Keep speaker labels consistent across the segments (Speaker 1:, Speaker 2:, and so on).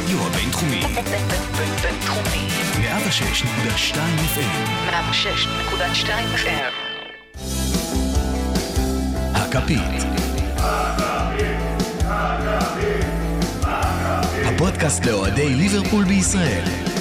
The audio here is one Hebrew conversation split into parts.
Speaker 1: הרדיו הבינתחומי.
Speaker 2: בינתחומי.
Speaker 1: 106.2 FM.
Speaker 2: 106.2 FM.
Speaker 1: הכפית. הפודקאסט לאוהדי ליברפול בישראל.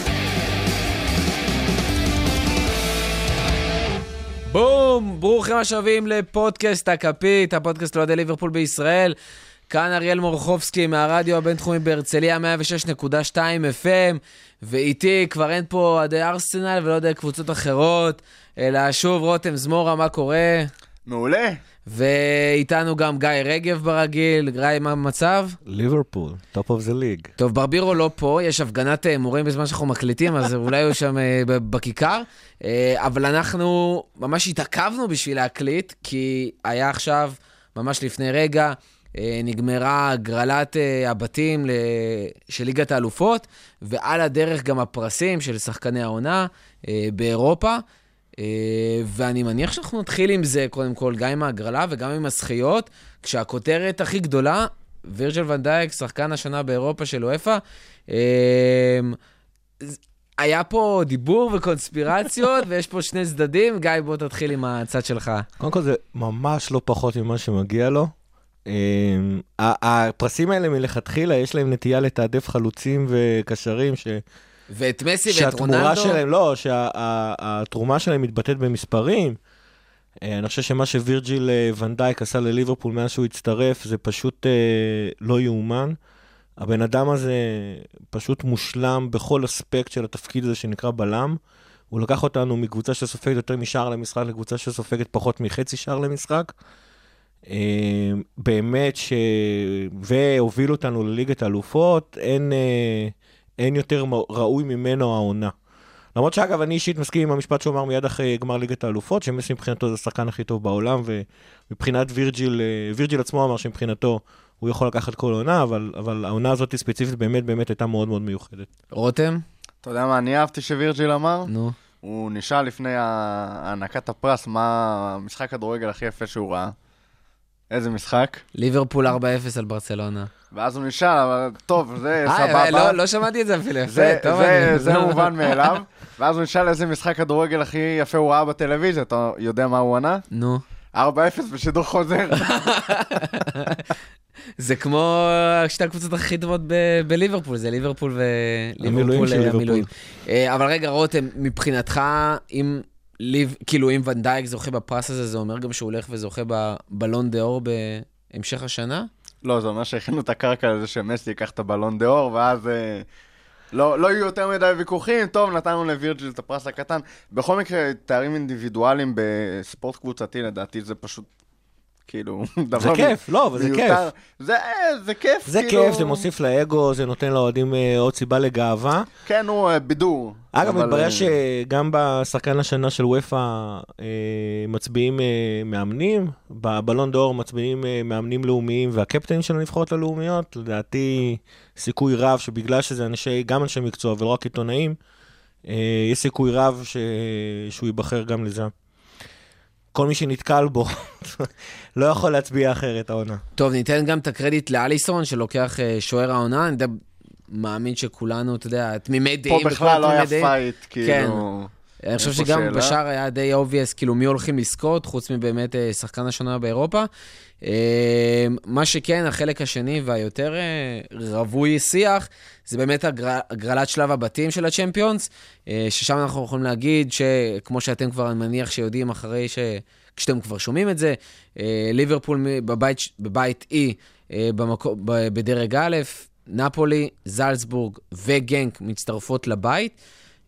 Speaker 3: בום! ברוכים השבים לפודקאסט הכפית, הפודקאסט לאוהדי ליברפול בישראל. כאן אריאל מורחובסקי מהרדיו הבינתחומי בהרצליה 106.2 FM, ואיתי כבר אין פה אוהדי ארסנל ולא אוהדי קבוצות אחרות, אלא שוב רותם זמורה, מה קורה?
Speaker 4: מעולה.
Speaker 3: ואיתנו גם גיא רגב ברגיל. גיא, מה המצב?
Speaker 5: ליברפול, טופ אוף זה ליג.
Speaker 3: טוב, ברבירו לא פה, יש הפגנת מורים בזמן שאנחנו מקליטים, אז אולי הוא שם בכיכר, אבל אנחנו ממש התעכבנו בשביל להקליט, כי היה עכשיו, ממש לפני רגע, נגמרה הגרלת הבתים של ליגת האלופות, ועל הדרך גם הפרסים של שחקני העונה באירופה, ואני מניח שאנחנו נתחיל עם זה, קודם כל, גם עם ההגרלה וגם עם הזכיות, כשהכותרת הכי גדולה, וירג'יל ון דייק, שחקן השנה באירופה של אופה, היה פה דיבור וקונספירציות, ויש פה שני צדדים. גיא, בוא תתחיל עם הצד שלך.
Speaker 5: קודם כל זה ממש לא פחות ממה שמגיע לו. הפרסים האלה מלכתחילה, יש להם נטייה לתעדף חלוצים וקשרים
Speaker 3: ואת מסי ואת רונלדו?
Speaker 5: שלהם, לא, שהתרומה שלהם מתבטאת במספרים. אני חושב שמה שווירג'יל ון דייק עשה לליברפול מאז שהוא הצטרף, זה פשוט לא יאומן. הבן אדם הזה פשוט מושלם בכל אספקט של התפקיד הזה שנקרא בלם. הוא לקח אותנו מקבוצה שסופגת יותר משער למשחק, לקבוצה שסופגת פחות מחצי שער למשחק. באמת והוביל אותנו לליגת האלופות, אין יותר ראוי ממנו העונה. למרות שאגב, אני אישית מסכים עם המשפט שהוא אמר מיד אחרי גמר ליגת האלופות, שמסי מבחינתו זה השחקן הכי טוב בעולם, ומבחינת וירג'יל עצמו אמר שמבחינתו הוא יכול לקחת כל עונה, אבל העונה הזאת ספציפית באמת הייתה מאוד מאוד מיוחדת.
Speaker 3: רותם?
Speaker 4: אתה יודע מה אני אהבתי שווירג'יל אמר?
Speaker 3: נו.
Speaker 4: הוא נשאל לפני הענקת הפרס, מה המשחק כדורגל הכי יפה שהוא ראה. איזה משחק?
Speaker 3: ליברפול 4-0 על ברצלונה.
Speaker 4: ואז הוא נשאל, אבל טוב, זה סבבה.
Speaker 3: לא שמעתי את זה אפילו.
Speaker 4: זה מובן מאליו. ואז הוא נשאל איזה משחק כדורגל הכי יפה הוא ראה בטלוויזיה. אתה יודע מה הוא ענה?
Speaker 3: נו.
Speaker 4: 4-0 בשידור חוזר.
Speaker 3: זה כמו שתי הקבוצות הכי טובות בליברפול, זה ליברפול
Speaker 5: המילואים של ליברפול.
Speaker 3: אבל רגע, רותם, מבחינתך, אם ון דייק זוכה בפרס הזה, זה אומר גם שהוא הולך וזוכה בבלון דה אור בהמשך השנה?
Speaker 4: לא, זה אומר שהכינו את הקרקע לזה שמסי ייקח את הבלון דה אור, ואז לא יהיו יותר מדי ויכוחים. טוב, נתנו לווירג'יל את הפרס הקטן. בכל מקרה, תארים אינדיבידואליים בספורט קבוצתי, לדעתי זה פשוט כאילו
Speaker 5: זה כיף, לא, אבל זה כיף.
Speaker 4: זה כיף.
Speaker 5: זה כיף, זה מוסיף לאגו, זה נותן לאוהדים עוד סיבה לגאווה.
Speaker 4: כן, הוא בידור.
Speaker 5: אגב, מתברר שגם בשחקן השנה של וופא מצביעים מאמנים, בבלון ד'אור מצביעים מאמנים לאומיים, והקפטנים של הנבחרות הלאומיות, לדעתי סיכוי רב שבגלל שזה גם אנשי מקצוע ולא רק עיתונאים, יש סיכוי רב שהוא ייבחר גם לזה. כל מי שנתקל בו לא יכול להצביע אחרת העונה.
Speaker 3: טוב, ניתן גם את הקרדיט לאליסון, שלוקח שוער העונה. אני מאמין שכולנו, אתה יודע, תמימי דעים.
Speaker 4: פה בכלל לא היה פייט, כאילו.
Speaker 3: כן. אני חושב שגם בשאר היה די אובייס, כאילו מי הולכים לזכות, חוץ מבאמת שחקן השנה באירופה. מה שכן, החלק השני והיותר רווי שיח, זה באמת הגרלת שלב הבתים של הצ'מפיונס, ששם אנחנו יכולים להגיד שכמו שאתם כבר מניח שיודעים אחרי כשאתם כבר שומעים את זה, ליברפול בבית E בדרג א', נפולי, זלצבורג וגנק מצטרפות לבית.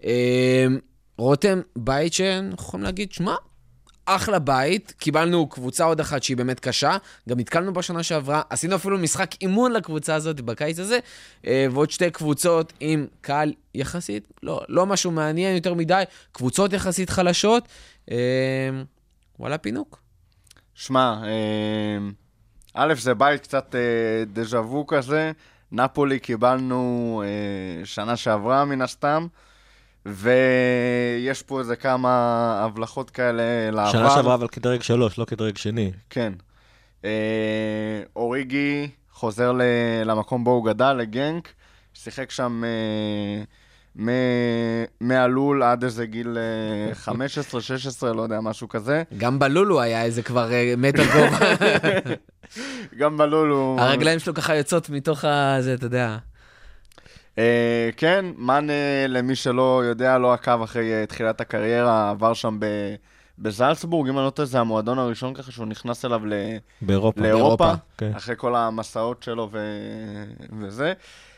Speaker 3: רותם, בית שאנחנו יכולים להגיד, שמה, אחלה בית, קיבלנו קבוצה עוד אחת שהיא באמת קשה, גם נתקלנו בשנה שעברה, עשינו אפילו משחק אימון לקבוצה הזאת בקיץ הזה, ועוד שתי קבוצות עם קהל יחסית, לא משהו מעניין יותר מדי, קבוצות יחסית חלשות, וואלה פינוק.
Speaker 4: שמה, א' זה בית קצת דז'אבו כזה, נפולי קיבלנו שנה שעברה מן הסתם, ויש פה איזה כמה הבלחות כאלה לעבר.
Speaker 5: שנה שעברה אבל כדרג 3, לא כדרג שני.
Speaker 4: כן. אוריגי חוזר למקום בו הוא גדל, לגנק, שיחק שם מהלול עד איזה גיל 15, 16, לא יודע, משהו כזה.
Speaker 3: גם בלול הוא היה איזה כבר מטר גובה.
Speaker 4: גם בלול הוא...
Speaker 3: הרגליים שלו ככה יוצאות מתוך הזה, אתה יודע.
Speaker 4: כן, מאנה, למי שלא יודע, לא עקב אחרי תחילת הקריירה, עבר שם בזלצבורג, אם אני לא טועה, זה המועדון הראשון ככה שהוא נכנס אליו לאירופה, אחרי כל המסעות שלו וזה.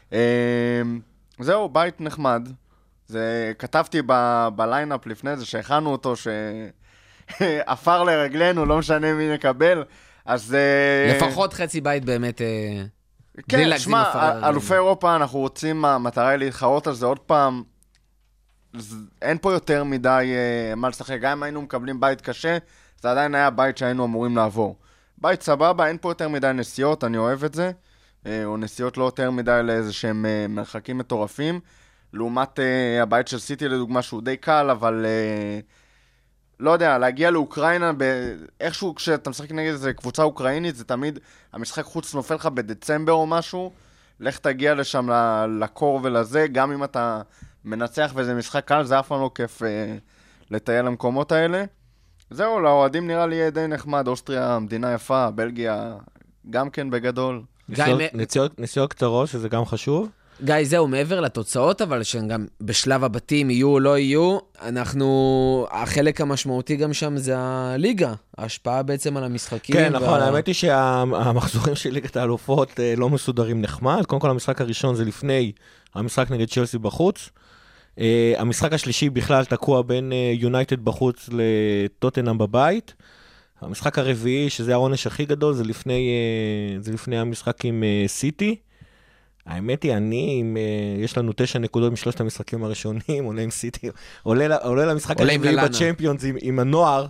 Speaker 4: זהו, בית נחמד. כתבתי בליינאפ לפני זה, שהכנו אותו, שעפר לרגלינו, לא משנה מי נקבל, אז...
Speaker 3: לפחות חצי בית באמת...
Speaker 4: כן, שמע, אלופי אירופה, אנחנו רוצים, המטרה היא להתחרות על זה עוד פעם, אין פה יותר מדי מה לשחק, גם אם היינו מקבלים בית קשה, זה עדיין היה בית שהיינו אמורים לעבור. בית סבבה, אין פה יותר מדי נסיעות, אני אוהב את זה, או נסיעות לא יותר מדי לאיזה שהם מרחקים מטורפים, לעומת הבית של סיטי לדוגמה שהוא די קל, אבל לא יודע, להגיע לאוקראינה, איכשהו כשאתה משחק נגד איזה קבוצה אוקראינית, זה תמיד, המשחק חוץ נופל לך בדצמבר או משהו, לך תגיע לשם לקור ולזה, גם אם אתה מנצח וזה משחק קל, זה אף פעם לא כיף לטייל למקומות האלה. זהו, לאוהדים נראה לי יהיה די נחמד, אוסטריה, מדינה יפה, בלגיה, גם כן בגדול.
Speaker 5: נסיעות קצרות, שזה גם חשוב.
Speaker 3: גיא, זהו, מעבר לתוצאות, אבל שגם בשלב הבתים יהיו או לא יהיו, החלק המשמעותי גם שם זה הליגה, ההשפעה בעצם על המשחקים.
Speaker 5: כן, נכון, האמת היא שהמחזורים של ליגת האלופות לא מסודרים נחמד, קודם כל המשחק הראשון זה לפני המשחק נגד צ'לסי בחוץ, המשחק השלישי בכלל תקוע בין יונייטד בחוץ לטוטנהאם בבית, המשחק הרביעי, שזה העונש הכי גדול, זה לפני המשחק עם סיטי, האמת היא, יש לנו 9 נקודות משלושת המשחקים הראשונים, עולה עם סיטי, עולה למשחק הרביעי בצ'מפיונס עם הנוער,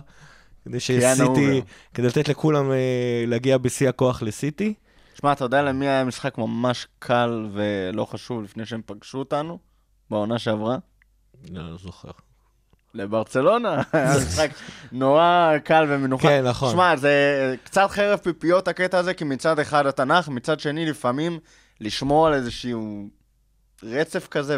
Speaker 5: כדי לתת לכולם להגיע בשיא הכוח לסיטי.
Speaker 4: שמע, אתה יודע למי היה משחק ממש קל ולא חשוב לפני שהם פגשו אותנו? בעונה שעברה?
Speaker 5: לא זוכר.
Speaker 4: לברצלונה, היה משחק נורא קל ומנוחה.
Speaker 5: כן, נכון.
Speaker 4: שמע, זה קצת חרב פיפיות הקטע הזה, כי מצד אחד התנ"ך, מצד שני לפעמים לשמור על איזשהו רצף כזה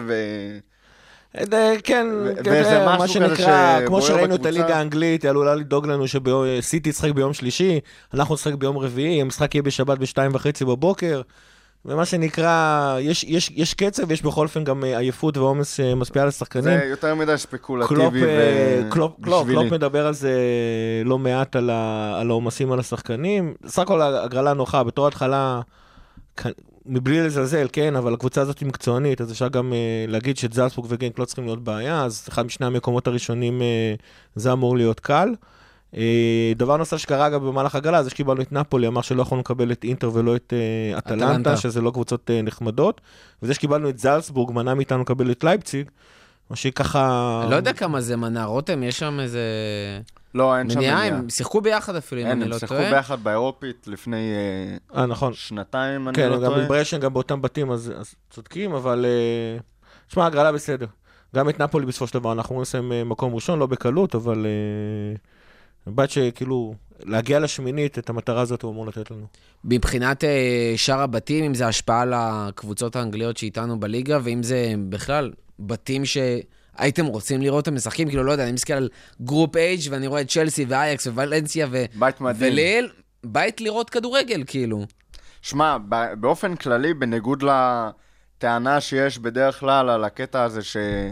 Speaker 5: כן, מה שנקרא, כמו שראינו את הליגה האנגלית, היא עלולה לדאוג לנו שסיטי ישחק ביום שלישי, אנחנו נשחק ביום רביעי, המשחק יהיה בשבת ב-2:30 בבוקר, ומה שנקרא, יש קצב, יש בכל אופן גם עייפות ועומס שמשפיע על השחקנים.
Speaker 4: זה יותר מדי ספקולטיבי
Speaker 5: קלופ מדבר על זה לא מעט על העומסים על השחקנים, סך הכל הגרלה נוחה, בתור התחלה מבלי לזלזל, כן, אבל הקבוצה הזאת היא מקצוענית, אז אפשר גם להגיד שאת זלצבורג וגנק לא צריכים להיות בעיה, אז אחד משני המקומות הראשונים זה אמור להיות קל. דבר נוסף שקרה גם במהלך הגלה, זה שקיבלנו את נפולי, אמר שלא יכולנו לקבל את אינטר ולא את אטלנטה, שזה לא קבוצות נחמדות, וזה שקיבלנו את זלצבורג, מנע מאיתנו לקבל את לייפציג, או שהיא ככה...
Speaker 3: לא יודע כמה זה מנע, רותם, יש שם איזה...
Speaker 4: לא, אין שם מניעה.
Speaker 3: הם שיחקו ביחד אפילו, אם אני לא טועה.
Speaker 4: הם שיחקו ביחד באירופית לפני שנתיים, אני לא טועה.
Speaker 5: גם בברשן, גם באותם בתים, אז צודקים, אבל... תשמע, הגרלה בסדר. גם את נפולי בסופו של דבר, אנחנו נסיים מקום ראשון, לא בקלות, אבל... באת שכאילו, להגיע לשמינית, את המטרה הזאת הוא אמור לתת לנו.
Speaker 3: מבחינת שאר הבתים, אם זה השפעה על הקבוצות האנגליות שאיתנו בליגה, ואם זה בכלל בתים שהייתם רוצים לראות את המשחקים, כאילו לא יודע, אני מסתכל על גרופ H, ואני רואה את צ'לסי ואייקס וולנסיה וליל, בית לראות כדורגל, כאילו.
Speaker 4: שמע, באופן כללי, בניגוד לטענה שיש בדרך כלל על הקטע הזה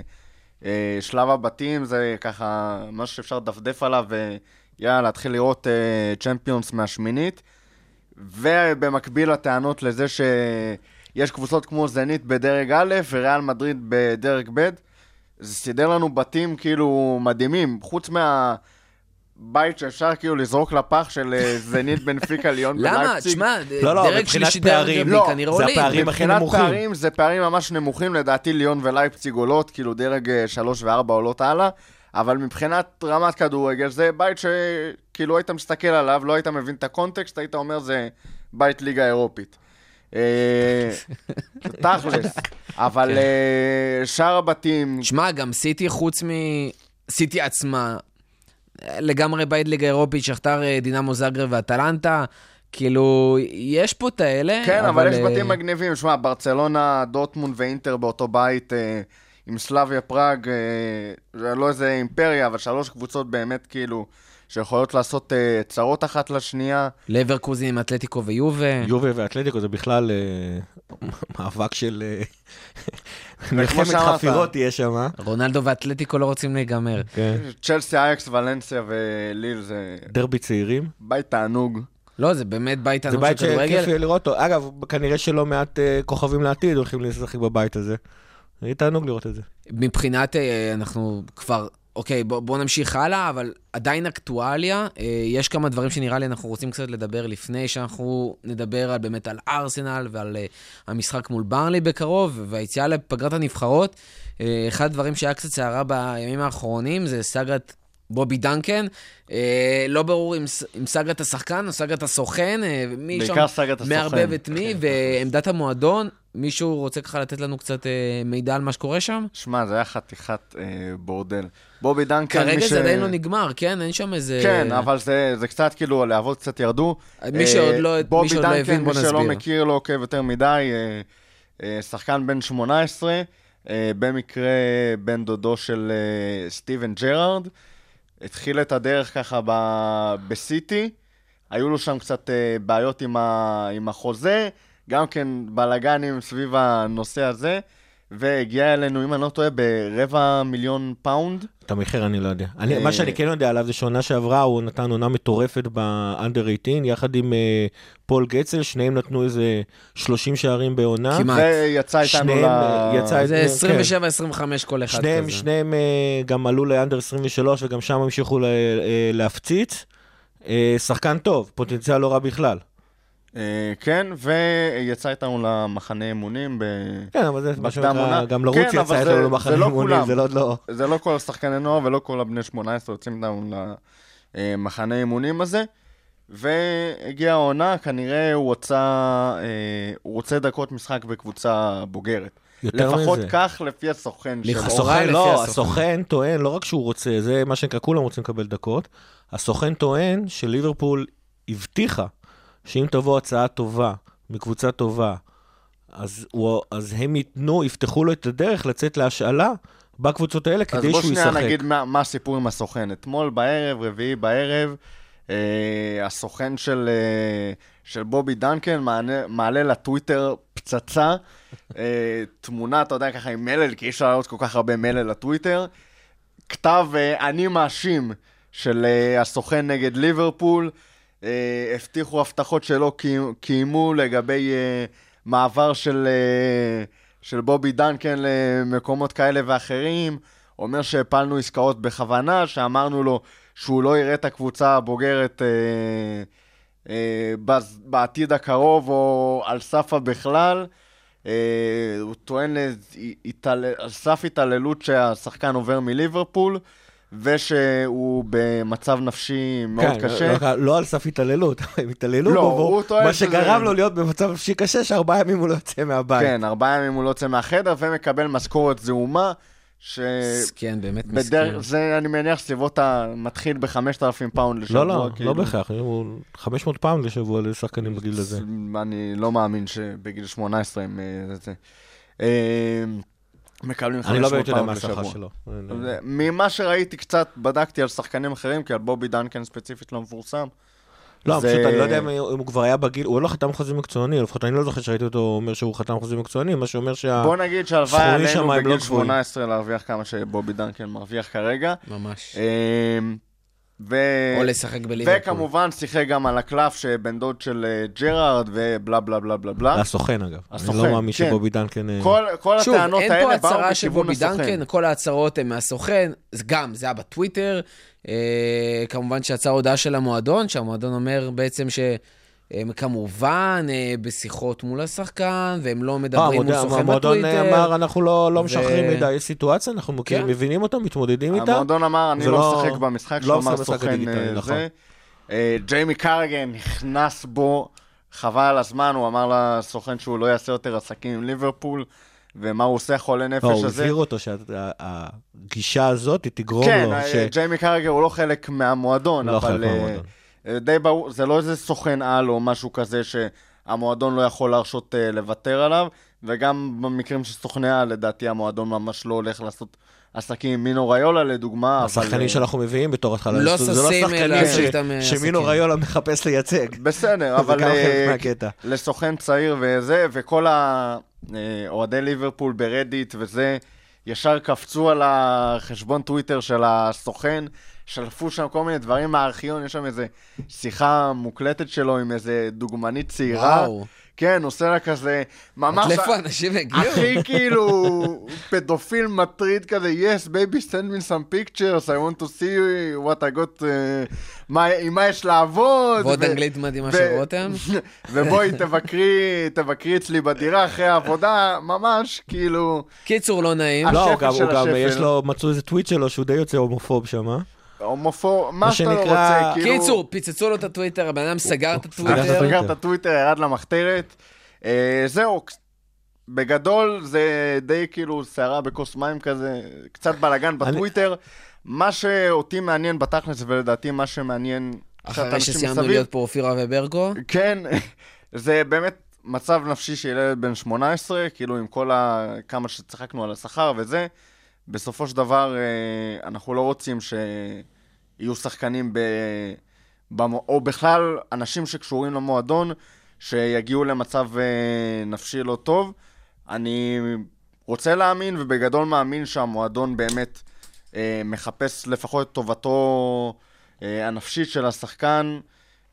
Speaker 4: שלב הבתים זה ככה משהו שאפשר לדפדף עליו ויאללה, להתחיל לראות צ'מפיונס מהשמינית, ובמקביל הטענות לזה שיש קבוצות כמו זנית בדרג א' וריאל מדריד בדרג ב', זה סידר לנו בתים כאילו מדהימים, חוץ מהבית שאפשר כאילו לזרוק לפח של זנית בנפיקה ליון ולייפציג.
Speaker 3: למה? תשמע, דרג שלישי דרג רביעי כנראה עולים.
Speaker 5: זה הפערים הכי נמוכים.
Speaker 4: פערים, זה פערים ממש נמוכים, לדעתי ליון ולייפציג עולות, כאילו דרג 3 ו4 עולות הלאה, אבל מבחינת רמת כדורגל זה בית שכאילו היית מסתכל עליו, לא היית מבין את הקונטקסט, היית אומר זה בית ליגה אירופית. תכלס, אבל שאר הבתים...
Speaker 3: שמע, גם סיטי חוץ סיטי עצמה, לגמרי בית ליגה אירופית, שכתר דינמו זאגרב ואטלנטה, כאילו, יש פה את האלה,
Speaker 4: כן, אבל יש בתים מגניבים. שמע, ברצלונה, דורטמונד ואינטר באותו בית, עם סלאביה פראג, לא איזה אימפריה, אבל 3 קבוצות באמת כאילו, שיכולות לעשות צרות אחת לשנייה.
Speaker 3: לברקוזן עם אתלטיקו ויובה.
Speaker 5: יובה ואתלטיקו זה בכלל מאבק של מלחמת חפירות תהיה שם.
Speaker 3: רונלדו ואתלטיקו לא רוצים להיגמר.
Speaker 4: צ'לסי, אייקס, ולנסיה וליל זה...
Speaker 5: דרבי צעירים.
Speaker 4: בית תענוג.
Speaker 3: לא, זה באמת בית תענוג של כדורגל.
Speaker 5: זה בית שכיף לראות אותו. אגב, כנראה שלא מעט כוכבים לעתיד הולכים לשחק בבית הזה. זה תענוג לראות את זה.
Speaker 3: מבחינת, אנחנו כבר... אוקיי, בוא נמשיך הלאה, אבל עדיין אקטואליה, יש כמה דברים שנראה לי אנחנו רוצים קצת לדבר לפני שאנחנו נדבר באמת על ארסנל ועל המשחק מול ברנלי בקרוב, והיציאה לפגרת הנבחרות. אחד הדברים שהיה קצת סערה בימים האחרונים זה סאגת בובי דנקן, לא ברור אם סאגת השחקן או סאגת הסוכן,
Speaker 4: בעיקר סאגת הסוכן.
Speaker 3: מערבב את מי, ועמדת המועדון, מישהו רוצה ככה לתת לנו קצת מידע על מה שקורה שם?
Speaker 4: שמע, זה היה חתיכת בורדל. בובי דנקן...
Speaker 3: כרגע זה עדיין לא נגמר, כן? אין שם איזה...
Speaker 4: כן, אבל זה קצת כאילו, הלהבות קצת ירדו.
Speaker 3: מי שעוד לא הבין, בוא נסביר.
Speaker 4: בובי דנקן, מי שלא מכיר, לא עוקב יותר מדי, שחקן בן 18, במקרה בן דודו של סטיבן ג'רארד, התחיל את הדרך ככה בסיטי, היו לו שם קצת בעיות עם החוזה, גם כן בלגנים סביב הנושא הזה, והגיע אלינו, אם אני לא טועה, ב$250,000.
Speaker 5: את המחיר אני לא יודע. מה שאני כן יודע עליו זה שעונה שעברה, הוא נתן עונה מטורפת באנדר 18, יחד עם פול גצל, שניהם נתנו איזה 30 שערים בעונה.
Speaker 3: כמעט.
Speaker 4: ויצא איתנו
Speaker 3: זה 27-25 כל אחד כזה.
Speaker 5: שניהם גם עלו לאנדר 23, וגם שם המשיכו להפציץ. שחקן טוב, פוטנציאל לא רע בכלל.
Speaker 4: כן, ויצא איתנו למחנה אימונים
Speaker 5: כן, אבל זה מה שנקרא, גם לרוץ יצא איתנו למחנה אימונים, זה לא...
Speaker 4: זה לא כל השחקני נוער ולא כל הבני 18 יוצאים איתנו למחנה אימונים הזה, והגיעה העונה, כנראה הוא רוצה דקות משחק בקבוצה בוגרת. לפחות כך לפי הסוכן שלו.
Speaker 5: הסוכן טוען, לא רק שהוא רוצה, זה מה שנקרא, כולם רוצים לקבל דקות, הסוכן טוען שליברפול הבטיחה שאם תבוא הצעה טובה, מקבוצה טובה, אז הם יפתחו לו את הדרך לצאת להשאלה בקבוצות האלה כדי שהוא ישחק. אז בוא שנייה
Speaker 4: נגיד מה הסיפור עם הסוכן. אתמול בערב, רביעי בערב, הסוכן של בובי דנקן מעלה לטוויטר פצצה, תמונה, אתה יודע, ככה עם מלל, כי אי אפשר לעלות כל כך הרבה מלל לטוויטר, כתב אני מאשים של הסוכן נגד ליברפול, הבטיחו הבטחות שלא קיימו לגבי מעבר של בובי דנקן למקומות כאלה ואחרים, אומר שהפלנו עסקאות בכוונה, שאמרנו לו שהוא לא יראה את הקבוצה הבוגרת בעתיד הקרוב או על סף בכלל, הוא טוען על סף התעללות שהשחקן עובר מליברפול, ושהוא במצב נפשי מאוד קשה.
Speaker 5: לא על סף התעללות, הם התעללו בו, מה שגרם לו להיות במצב נפשי קשה, ש4 ימים הוא לא יוצא מהבית.
Speaker 4: כן, 4 ימים הוא לא יוצא מהחדר, ומקבל משכורת זעומה,
Speaker 3: מסכן, באמת מסכן.
Speaker 4: זה אני מניח סביבות מתחיל ב$5,000 לשבוע.
Speaker 5: לא בהכרח, הוא $500 לשבוע לשחקנים בגיל הזה.
Speaker 4: אני לא מאמין שבגיל 18 הם זה. מקבלים $500
Speaker 5: אני לא באמת יודע מה השכר שלו.
Speaker 4: ממה שראיתי קצת, בדקתי על שחקנים אחרים, כי על בובי דנקן ספציפית לא מפורסם.
Speaker 5: לא, פשוט אני לא יודע אם הוא כבר היה בגיל, הוא לא חתם חוזה מקצועני, לפחות אני לא זוכר שראיתי אותו אומר שהוא חתם חוזה מקצועני, מה שאומר
Speaker 4: בוא נגיד שהלוואי עלינו בגיל 18 להרוויח כמה שבובי דנקן מרוויח כרגע.
Speaker 3: ממש.
Speaker 4: או
Speaker 3: לשחק בליברפול.
Speaker 4: וכמובן שיחק גם על הקלף שבן דוד של ג'רארד ובלה בלה בלה בלה בלה.
Speaker 5: הסוכן אגב. אני לא מאמין שבובי דנקן...
Speaker 4: כל הטענות האלה באו
Speaker 3: בכיוון הסוכן. כל ההצהרות הן מהסוכן, גם זה היה בטוויטר, כמובן שיצאה הודעה של המועדון, שהמועדון אומר בעצם הם כמובן בשיחות מול השחקן, והם לא מדברים מול סוכן בטוויטר.
Speaker 5: המועדון אמר, אנחנו לא משחררים מידע, יש סיטואציה, אנחנו מבינים אותם, מתמודדים איתה.
Speaker 4: המועדון אמר, אני לא משחק במשחק, שהוא אמר סוכן זה. ג'יימי קרגן נכנס בו, חבל על הזמן, הוא אמר לסוכן שהוא לא יעשה יותר עסקים עם ליברפול, ומה הוא עושה חולה נפש הזה.
Speaker 5: הוא הבהיר אותו שהגישה הזאת היא תגרום לו.
Speaker 4: כן, ג'יימי קרגן הוא לא חלק מהמועדון, אבל די ברור, זה לא איזה סוכן על או משהו כזה שהמועדון לא יכול להרשות לוותר עליו, וגם במקרים של סוכני על, לדעתי המועדון ממש לא הולך לעשות עסקים עם מינו ריולה, לדוגמה.
Speaker 5: השחקנים שאנחנו מביאים בתור התחלה.
Speaker 3: לא ששים לעשות איתם
Speaker 5: שמינו ריולה מחפש לייצג.
Speaker 4: בסדר, אבל לסוכן צעיר וזה, וכל האוהדי ליברפול ברדיט וזה, ישר קפצו על החשבון טוויטר של הסוכן, שלפו שם כל מיני דברים מהארכיון, יש שם איזה שיחה מוקלטת שלו עם איזה דוגמנית צעירה.
Speaker 3: וואו.
Speaker 4: כן, עושה לה כזה, ממש...
Speaker 3: לאיפה אנשים הגיעו?
Speaker 4: הכי כאילו פדופיל מטריד כזה, yes, baby, send me some pictures, I want to see what I got, עם מה יש לעבוד.
Speaker 3: ועוד אנגלית מדהימה של רותם.
Speaker 4: ובואי תבקרי אצלי בדירה אחרי העבודה, ממש כאילו...
Speaker 3: קיצור לא נעים.
Speaker 5: לא, הוא גם, יש לו, מצאו איזה טוויט שלו שהוא די יוצא הומופוב שם,
Speaker 4: הומופוב, מה שאתה לא רוצה, כאילו...
Speaker 3: קיצור, פיצצו לו את הטוויטר, הבן אדם סגר את הטוויטר.
Speaker 4: סגר את הטוויטר, ירד למחתרת. זהו, בגדול זה די כאילו שערה בכוס מים כזה, קצת בלגן בטוויטר. מה שאותי מעניין בתכלס, ולדעתי מה שמעניין...
Speaker 3: אחרי שסיימנו להיות פה אופירה וברקו.
Speaker 4: כן, זה באמת מצב נפשי של ילד בן 18, כאילו עם כל כמה שצחקנו על השכר וזה. בסופו של דבר, אנחנו לא רוצים שיהיו שחקנים או בכלל אנשים שקשורים למועדון, שיגיעו למצב נפשי לא טוב. אני רוצה להאמין, ובגדול מאמין שהמועדון באמת מחפש לפחות את טובתו הנפשית של השחקן,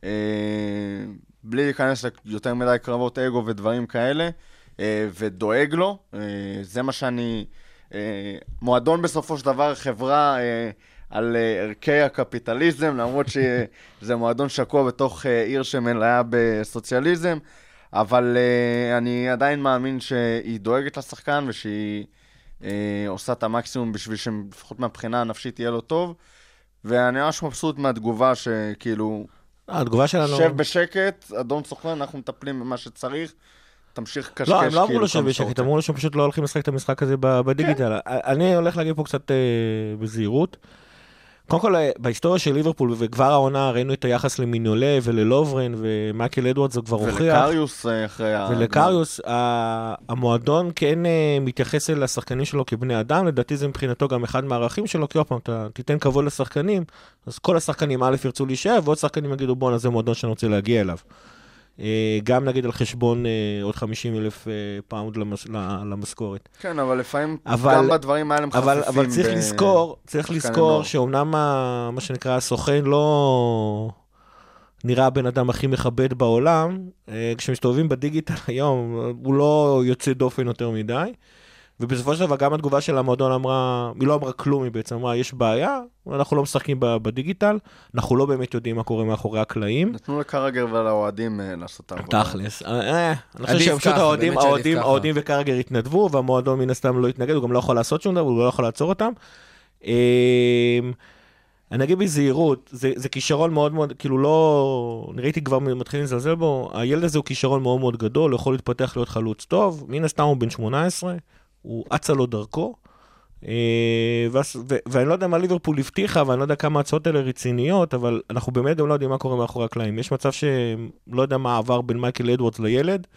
Speaker 4: בלי להיכנס ליותר מדי קרבות אגו ודברים כאלה, ודואג לו. זה מה שאני... מועדון בסופו של דבר חברה על ערכי הקפיטליזם, למרות שזה מועדון שקוע בתוך עיר שמלאה בסוציאליזם, אבל אני עדיין מאמין שהיא דואגת לשחקן ושהיא עושה את המקסימום בשביל שלפחות מהבחינה הנפשית תהיה לו טוב, ואני ממש מבסוט מהתגובה שכאילו
Speaker 5: התגובה שלנו...
Speaker 4: שב בשקט, אדון סוכן, אנחנו מטפלים במה שצריך, תמשיך קשקש.
Speaker 5: לא, הם לא אמרו לו שבשקט, אמרו לו שהם פשוט לא הולכים לשחק את המשחק הזה בדיגיטל. אני הולך להגיד פה קצת בזהירות. קודם כל, בהיסטוריה של ליברפול, וכבר העונה ראינו את היחס למינולה וללוברן, ומייקל אדוארדס זה כבר הוכיח.
Speaker 4: ולקריוס אחרי
Speaker 5: ולקריוס, המועדון כן מתייחס אל השחקנים שלו כבני אדם, לדעתי זה מבחינתו גם אחד מהערכים שלו, כי פעם אתה תיתן כבוד לשחקנים, אז כל השחקנים א' ירצו להישאר, ועוד שחקנים יגידו בוא, זה מועדון שאני רוצה להגיע אליו. גם נגיד על חשבון עוד 50,000 פאונד למשכורת.
Speaker 4: כן, אבל לפעמים גם בדברים האלה הם חפיפים.
Speaker 5: אבל צריך לזכור שאומנם מה שנקרא הסוכן לא נראה הבן אדם הכי מכבד בעולם, כשמסתובבים בדיגיטל היום הוא לא יוצא דופן יותר מדי, ובסופו של דבר גם התגובה של המועדון אמרה, היא לא אמרה כלום, היא בעצם אמרה, יש בעיה, אנחנו לא משחקים בדיגיטל, אנחנו לא באמת יודעים מה קורה מאחורי הקלעים.
Speaker 4: נתנו לקרגר ולאוהדים לעשות את העבודה.
Speaker 5: תכלס. אני חושב שפשוט האוהדים וקרגר התנדבו, והמועדון מן הסתם לא התנגד, הוא גם לא יכול לעשות שום דבר, הוא לא יכול לעצור אותם. אני אגיד בזהירות, זה כישרון מאוד מאוד, כאילו לא, נראיתי כבר מתחילים לזלזל בו, הילד הזה הוא כישרון מאוד מאוד גדול, הוא יכול להתפתח להיות חלוץ טוב, מן הסתם הוא בן 18, הוא אצה לו דרכו, ואני לא יודע מה ליברפול הבטיחה, ואני לא יודע כמה הצעות האלה רציניות, אבל אנחנו באמת גם לא יודעים מה קורה מאחורי הקלעים. יש מצב שלא יודע מה עבר בין מייקל אדוארדס לילד,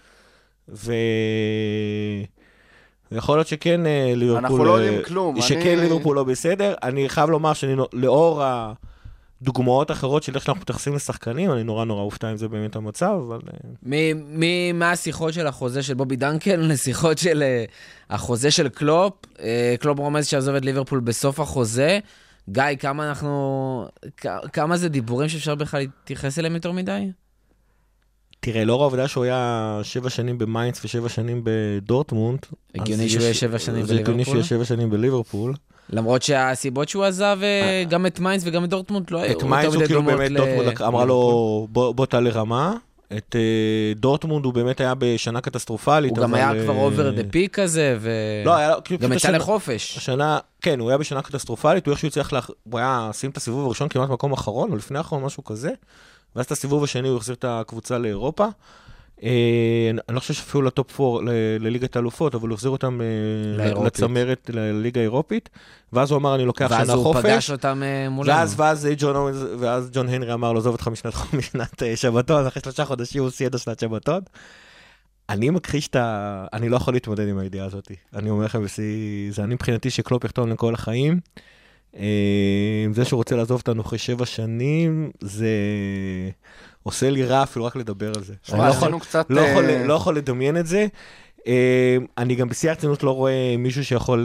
Speaker 5: ויכול להיות שכן ליברפול...
Speaker 4: אנחנו לא יודעים כלום.
Speaker 5: שכן ליברפול לא בסדר. אני חייב לומר שלאור דוגמאות אחרות של איך שאנחנו מתייחסים לשחקנים, אני נורא אופתע אם זה באמת המצב, אבל...
Speaker 3: מה השיחות של החוזה של בובי דנקן לשיחות של החוזה של קלופ? קלופ רומז שעזוב את ליברפול בסוף החוזה. גיא, כמה זה דיבורים שאפשר בכלל להתייחס אליהם יותר מדי?
Speaker 5: תראה, לאור העובדה שהוא היה 7 שנים במיינץ ו7 שנים בדורטמונד.
Speaker 3: הגיוני שהוא יהיה 7 שנים בליברפול?
Speaker 5: זה הגיוני שהוא יהיה 7 שנים בליברפול.
Speaker 3: למרות שהסיבות שהוא עזב גם את מיינץ וגם את דורטמונד לא היו.
Speaker 5: את מיינץ הוא כאילו באמת דורטמונד אמרה לו בוא תעלה רמה. את דורטמונד הוא באמת היה בשנה קטסטרופלית.
Speaker 3: הוא גם היה כבר אובר דה פיק כזה, וגם יצא לחופש.
Speaker 5: כן, הוא היה בשנה קטסטרופלית, הוא איכשהו צריך, הוא היה שים את הסיבוב הראשון כמעט מקום אחרון, או לפני האחרון, משהו כזה, ואז את הסיבוב השני הוא החזיר את הקבוצה לאירופה. אני לא חושב שאפילו לטופ 4, לליגת האלופות, אבל הוא החזיר אותם לצמרת, לליגה האירופית, ואז הוא אמר, אני לוקח שנה חופש. ואז הוא פגש אותם מולנו. ואז ג'ון הנרי אמר לו, עזוב אותך משנת שבתון, אחרי 3 חודשים הוא סייד שנת שבתון. אני מכחיש אני לא יכול להתמודד עם הידיעה הזאת. אני אומר לכם, זה אני מבחינתי שקלופ יחתום לכל החיים. זה שהוא רוצה לעזוב אותנו אחרי 7 שנים, זה עושה לי רע אפילו רק לדבר על זה. אני לא יכול לדמיין את זה. אני גם בשיא הרצינות לא רואה מישהו שיכול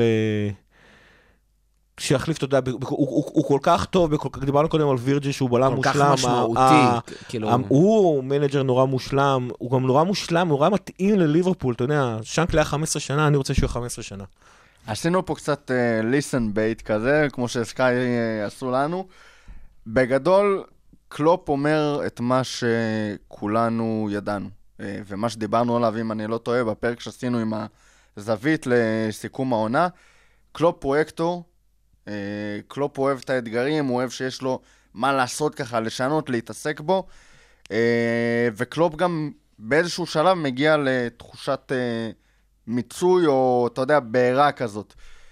Speaker 5: שיחליף, אתה יודע, הוא כל כך טוב, דיברנו קודם על וירג'י שהוא בלם מושלם. כל כך
Speaker 3: משמעותי.
Speaker 5: הוא מנג'ר נורא מושלם, הוא גם נורא מושלם, נורא מתאים לליברפול, אתה יודע, שנקלי היה 15 שנה, אני רוצה שהוא 15 שנה.
Speaker 4: עשינו פה קצת listen bait כזה, כמו שסקאי עשו לנו. בגדול, קלופ אומר את מה שכולנו ידענו, ומה שדיברנו עליו, אם אני לא טועה, בפרק שעשינו עם הזווית לסיכום העונה. קלופ פרויקטור, קלופ אוהב את האתגרים, הוא אוהב שיש לו מה לעשות ככה, לשנות, להתעסק בו, וקלופ גם באיזשהו שלב מגיע לתחושת מיצוי, או אתה יודע, בעירה כזאת.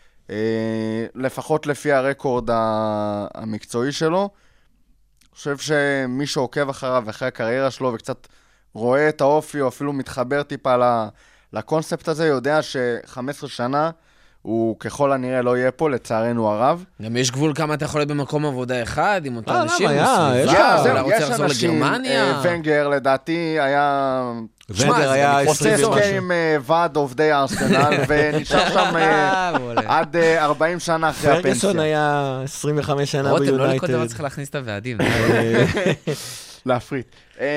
Speaker 4: לפחות לפי הרקורד המקצועי שלו. אני חושב שמי שעוקב אחריו ואחרי הקריירה שלו וקצת רואה את האופי, או אפילו מתחבר טיפה לקונספט הזה, יודע ש15 שנה הוא ככל הנראה לא יהיה פה, לצערנו הרב.
Speaker 3: גם יש גבול כמה אתה יכול להיות במקום עבודה אחד, עם אותם אנשים,
Speaker 4: יש אנשים, ונגר לדעתי היה...
Speaker 5: ונגר היה 20 ומשהו.
Speaker 4: עושה עם ועד עובדי ארסנל, ונשאר שם עד 40 שנה אחרי הפנסיה.
Speaker 5: פרגוסון היה 25 שנה ביונייטד.
Speaker 3: רותם, לא לכל דבר צריך להכניס את הוועדים.
Speaker 4: להפריט.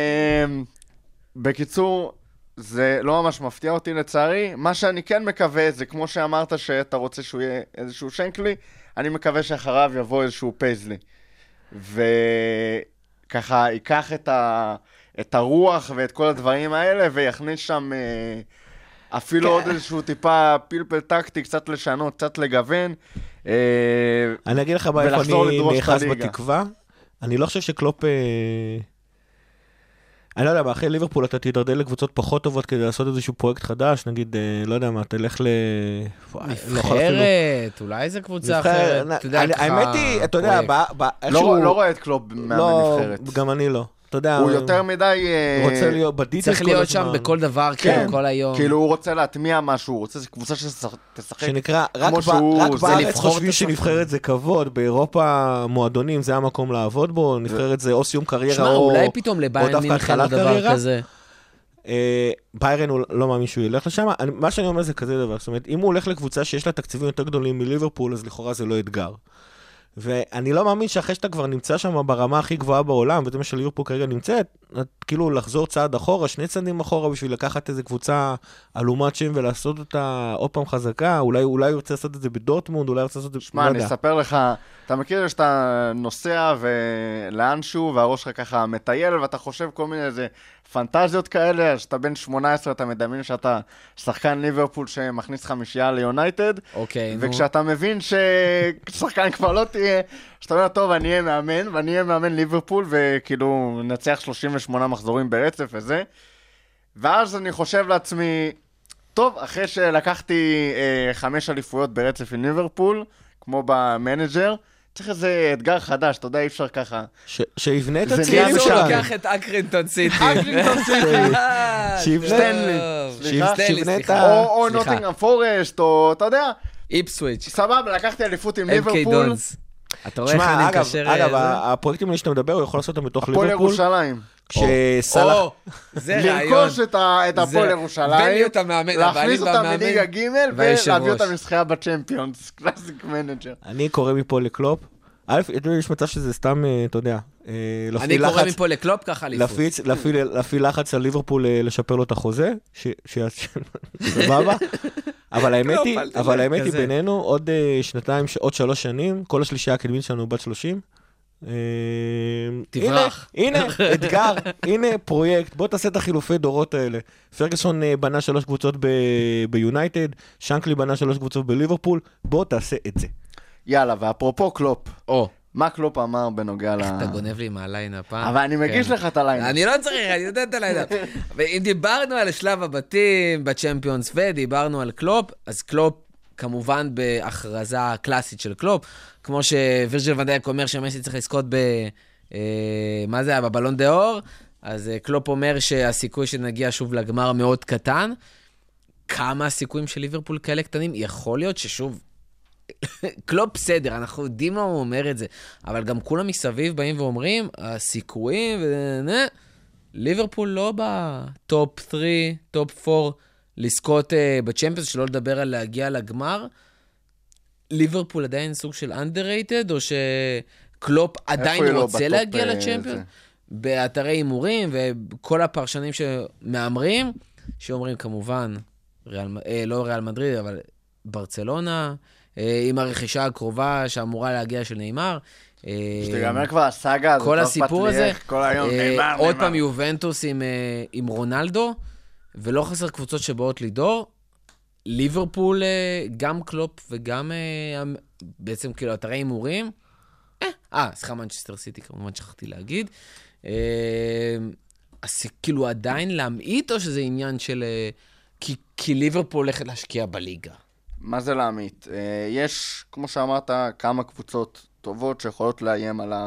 Speaker 4: בקיצור, זה לא ממש מפתיע אותי לצערי. מה שאני כן מקווה, זה כמו שאמרת שאתה רוצה שהוא יהיה איזשהו שנקלי, אני מקווה שאחריו יבוא איזשהו פייזלי. וככה ייקח את הרוח ואת כל הדברים האלה, ויכניס שם אפילו עוד איזשהו טיפה פלפל טקטי, קצת לשנות, קצת לגוון.
Speaker 5: אני אגיד לך באיפה אני נאחז בתקווה. אני לא חושב שקלופ... אני לא יודע, מאחרי ליברפול אתה תדרדל לקבוצות פחות טובות כדי לעשות איזשהו פרויקט חדש, נגיד, לא יודע מה, תלך
Speaker 3: נבחרת, אולי איזה קבוצה אחרת.
Speaker 5: האמת היא, אתה יודע,
Speaker 4: לא רואה את קלופ מהנבחרת.
Speaker 5: גם אני לא.
Speaker 4: הוא יותר מדי...
Speaker 5: רוצה להיות בדיטל
Speaker 3: צריך להיות שם בכל דבר, כאילו, כל היום.
Speaker 4: כאילו הוא רוצה להטמיע משהו, הוא רוצה קבוצה שתשחק
Speaker 5: שנקרא, רק בארץ חושבים שנבחרת זה כבוד, באירופה מועדונים זה המקום לעבוד בו, נבחרת זה או סיום קריירה או...
Speaker 3: אולי פתאום לביירן מינכן דבר כזה.
Speaker 5: ביירן הוא לא מאמין שהוא ילך לשם, מה שאני אומר זה כזה דבר, זאת אומרת, אם הוא הולך לקבוצה שיש לה תקציבים יותר גדולים מליברפול, אז לכאורה זה לא אתגר. ואני לא מאמין שאחרי שאתה כבר נמצא שם ברמה הכי גבוהה בעולם, וזה מה שליברפול כרגע נמצאת, כאילו לחזור צעד אחורה, 2 צעדים אחורה, בשביל לקחת איזו קבוצה אלומת שם ולעשות אותה עוד פעם חזקה, אולי הוא רוצה לעשות את זה בדורטמונד, אולי הוא רוצה לעשות את זה...
Speaker 4: שמע, אני אספר לך, אתה מכיר שאתה נוסע ולאנשהו, והראש שלך ככה מטייל, ואתה חושב כל מיני איזה פנטזיות כאלה, שאתה בן 18, אתה מדמיין שאתה שחקן ליברפול שמכניס 5 ליונייטד, וכשאתה מבין ששחקן כבר לא תהיה, שאתה אומר, טוב, אני אהיה מאמן, ואני אהיה מאמן ליברפול, וכאילו נצח 38 מחזורים ברצף וזה, ואז אני חושב לעצמי, טוב, אחרי שלקחתי 5 אליפויות ברצף עם ליברפול, כמו במנג'ר, צריך איזה אתגר חדש, אתה יודע, אי אפשר ככה.
Speaker 5: שיבנה את הצילים
Speaker 3: שלנו. קיצור, קח את אקרינטון סיטי.
Speaker 4: אקרינטון סיטי. סטנלי. או נוטינגהאם פורסט, או אתה יודע.
Speaker 3: איפסוויץ'.
Speaker 4: סבבה, לקחתי אליפות עם ליברפול.
Speaker 3: אתה רואה איך אני מקשר...
Speaker 5: אגב, הפרויקטים האלה שאתה מדבר, הוא יכול לעשות אותם בתוך ליברפול.
Speaker 4: הפועל ירושלים.
Speaker 5: כשסלח...
Speaker 3: זה רעיון.
Speaker 4: לרכוש את הפועל ירושלים, להכניס אותם מליגה ג' ולהביא אותם לשחייה בצ'מפיונס, קלאסיק מנג'ר.
Speaker 5: אני קורא מפה לקלופ. יש מצב שזה סתם, אתה יודע,
Speaker 3: אני קורא מפה לקלופ ככה
Speaker 5: להפעיל לחץ על ליברפול לשפר לו את החוזה, סבבה. אבל האמת היא בינינו, עוד 2, עוד 3 שנים, כל השלישייה הקדמית שלנו בת 30,
Speaker 3: תברח.
Speaker 5: הנה, אתגר, הנה פרויקט, בוא תעשה את החילופי דורות האלה. פרגוסון בנה 3 קבוצות ביונייטד, שנקלי בנה 3 קבוצות בליברפול, בוא תעשה את זה.
Speaker 4: יאללה, ואפרופו קלופ, מה קלופ אמר בנוגע
Speaker 3: אתה גונב לי מהליינאפ,
Speaker 4: אבל אני מגיש לך את הליינאפ.
Speaker 3: אני לא צריך, אני יודע את הליינאפ. ואם דיברנו על שלב הבתים בצ'מפיונס ודיברנו על קלופ, אז קלופ כמובן בהכרזה קלאסית של קלופ, כמו שווירג'יל ון דייק אומר שמסי צריך לזכות מה זה היה? בבלון דה אור, אז קלופ אומר שהסיכוי שנגיע שוב לגמר מאוד קטן. כמה הסיכויים של ליברפול כאלה קטנים? יכול להיות ששוב, קלופ בסדר, אנחנו יודעים מה הוא אומר את זה, אבל גם כולם מסביב באים ואומרים, הסיכויים, ליברפול לא בטופ 3, טופ 4, לזכות בצ'מפיונס, שלא לדבר על להגיע לגמר. ליברפול עדיין סוג של underrated, או שקלופ עדיין רוצה להגיע לצ'מפיונס? באתרי הימורים, וכל הפרשנים שמאמרים, שאומרים כמובן, לא ריאל מדריד, אבל ברצלונה, עם הרכישה הקרובה שאמורה להגיע של ניימר.
Speaker 4: שתגמר כבר הסאגה הזאת,
Speaker 3: כל הסיפור הזה,
Speaker 4: כל היום ניימר.
Speaker 3: עוד פעם יובנטוס עם רונלדו, ולא חסר קבוצות שבאות לידור. ליברפול, גם קלופ וגם בעצם כאילו אתרי הימורים. סליחה, מנצ'סטר סיטי, כמובן שכחתי להגיד. אז כאילו עדיין להמעיט, או שזה עניין של... כי ליברפול הולכת להשקיע בליגה?
Speaker 4: מה זה להמעיט? יש, כמו שאמרת, כמה קבוצות טובות שיכולות לאיים על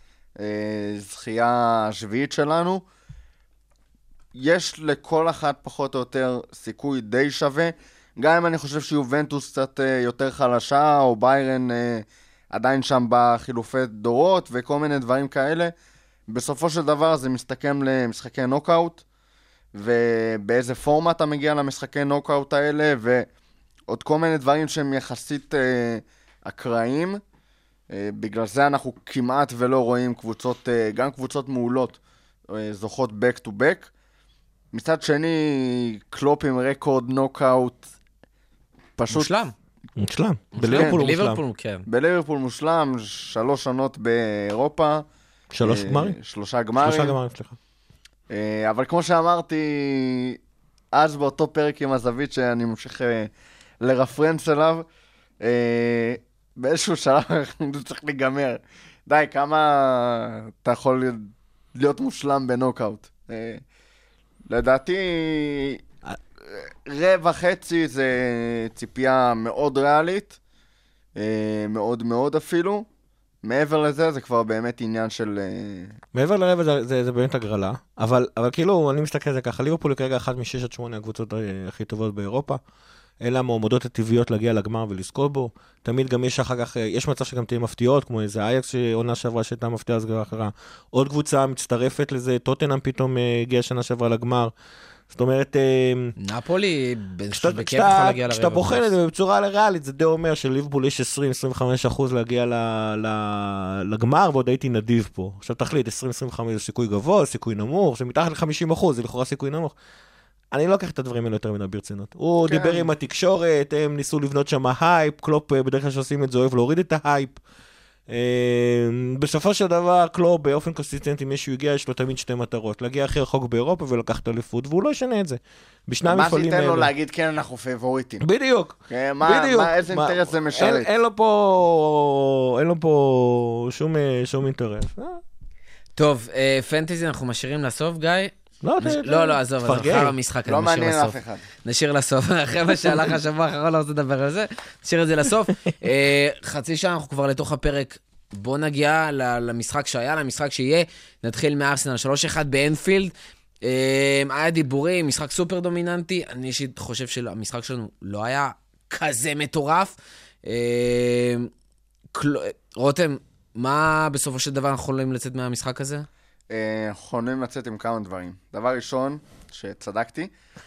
Speaker 4: הזכייה השביעית שלנו. יש לכל אחת פחות או יותר סיכוי די שווה. גם אם אני חושב שיובנטוס קצת יותר חלשה, או ביירן עדיין שם בחילופי דורות, וכל מיני דברים כאלה. בסופו של דבר זה מסתכם למשחקי נוקאוט, ובאיזה פורמה אתה מגיע למשחקי נוקאוט האלה, ועוד כל מיני דברים שהם יחסית אקראיים. בגלל זה אנחנו כמעט ולא רואים קבוצות, גם קבוצות מעולות, זוכות back to back. מצד שני, קלופ עם רקורד נוקאוט, פשוט...
Speaker 5: מושלם. בליברפול הוא מושלם.
Speaker 4: בליברפול מושלם, 3 שנות באירופה.
Speaker 5: 3 גמרים?
Speaker 4: 3 גמרים.
Speaker 5: 3 גמרים, סליחה.
Speaker 4: אבל כמו שאמרתי, אז באותו פרק עם הזווית שאני ממשיך לרפרנס אליו, באיזשהו שלב זה צריך להיגמר. די, כמה אתה יכול להיות מושלם בנוקאוט? לדעתי, רבע חצי זה ציפייה מאוד ריאלית, מאוד מאוד אפילו. מעבר לזה, זה כבר באמת עניין של...
Speaker 5: מעבר לרבע זה באמת הגרלה, אבל כאילו, אני מסתכל על זה ככה, ליברפול כרגע אחת מ6 עד 8 הקבוצות הכי טובות באירופה, אלה המועמדות הטבעיות להגיע לגמר ולזכות בו, תמיד גם יש אחר כך, יש מצב שגם תהיה מפתיעות, כמו איזה אייקס שעונה שעברה שהייתה מפתיעה אז גם אחרה, עוד קבוצה מצטרפת לזה, טוטנהאם פתאום הגיעה שנה שעברה לגמר, זאת אומרת...
Speaker 3: נפולי, בכיף יכול להגיע לרבע.
Speaker 5: כשאתה בוחן את זה בצורה ריאלית, זה די אומר שליברפול יש 20-25% להגיע לגמר, ועוד הייתי נדיב פה. עכשיו תחליט, 20-25 זה סיכוי גבוה, סיכוי נמוך, שמתחת ל-50% זה לכאורה סיכוי נמוך. אני לא אקח את הדברים האלה יותר מן ברצינות. הוא דיבר עם התקשורת, הם ניסו לבנות שם הייפ, קלופ בדרך כלל שעושים את זה אוהב להוריד את ההייפ. בסופו של דבר, קלופ באופן קונסיסטנטי, מישהו הגיע, יש לו תמיד 2 מטרות, להגיע הכי רחוק באירופה ולקחת אליפות, והוא לא ישנה את זה. בשני המפעלים האלה.
Speaker 4: מה שייתן לו להגיד, כן, אנחנו פייבוריטים.
Speaker 5: בדיוק.
Speaker 4: איזה אינטרס זה משרת?
Speaker 5: אין לו פה שום אינטרס.
Speaker 3: טוב, פנטזי אנחנו משאירים לסוף, גיא. לא, עזוב, אחר המשחק,
Speaker 4: לא מעניין אף אחד.
Speaker 3: נשאיר לסוף, אחרי מה שהלך השבוע האחרון, לא רוצה לדבר על זה, נשאיר את זה לסוף. חצי שעה אנחנו כבר לתוך הפרק, בוא נגיע למשחק שהיה, למשחק שיהיה, נתחיל מארסנל 3-1 באנפילד, היה דיבורים, משחק סופר דומיננטי, אני אישית חושב שהמשחק שלנו לא היה כזה מטורף. רותם, מה בסופו של דבר אנחנו יכולים לצאת מהמשחק הזה?
Speaker 4: יכולים לצאת עם כמה דברים. דבר ראשון, שצדקתי.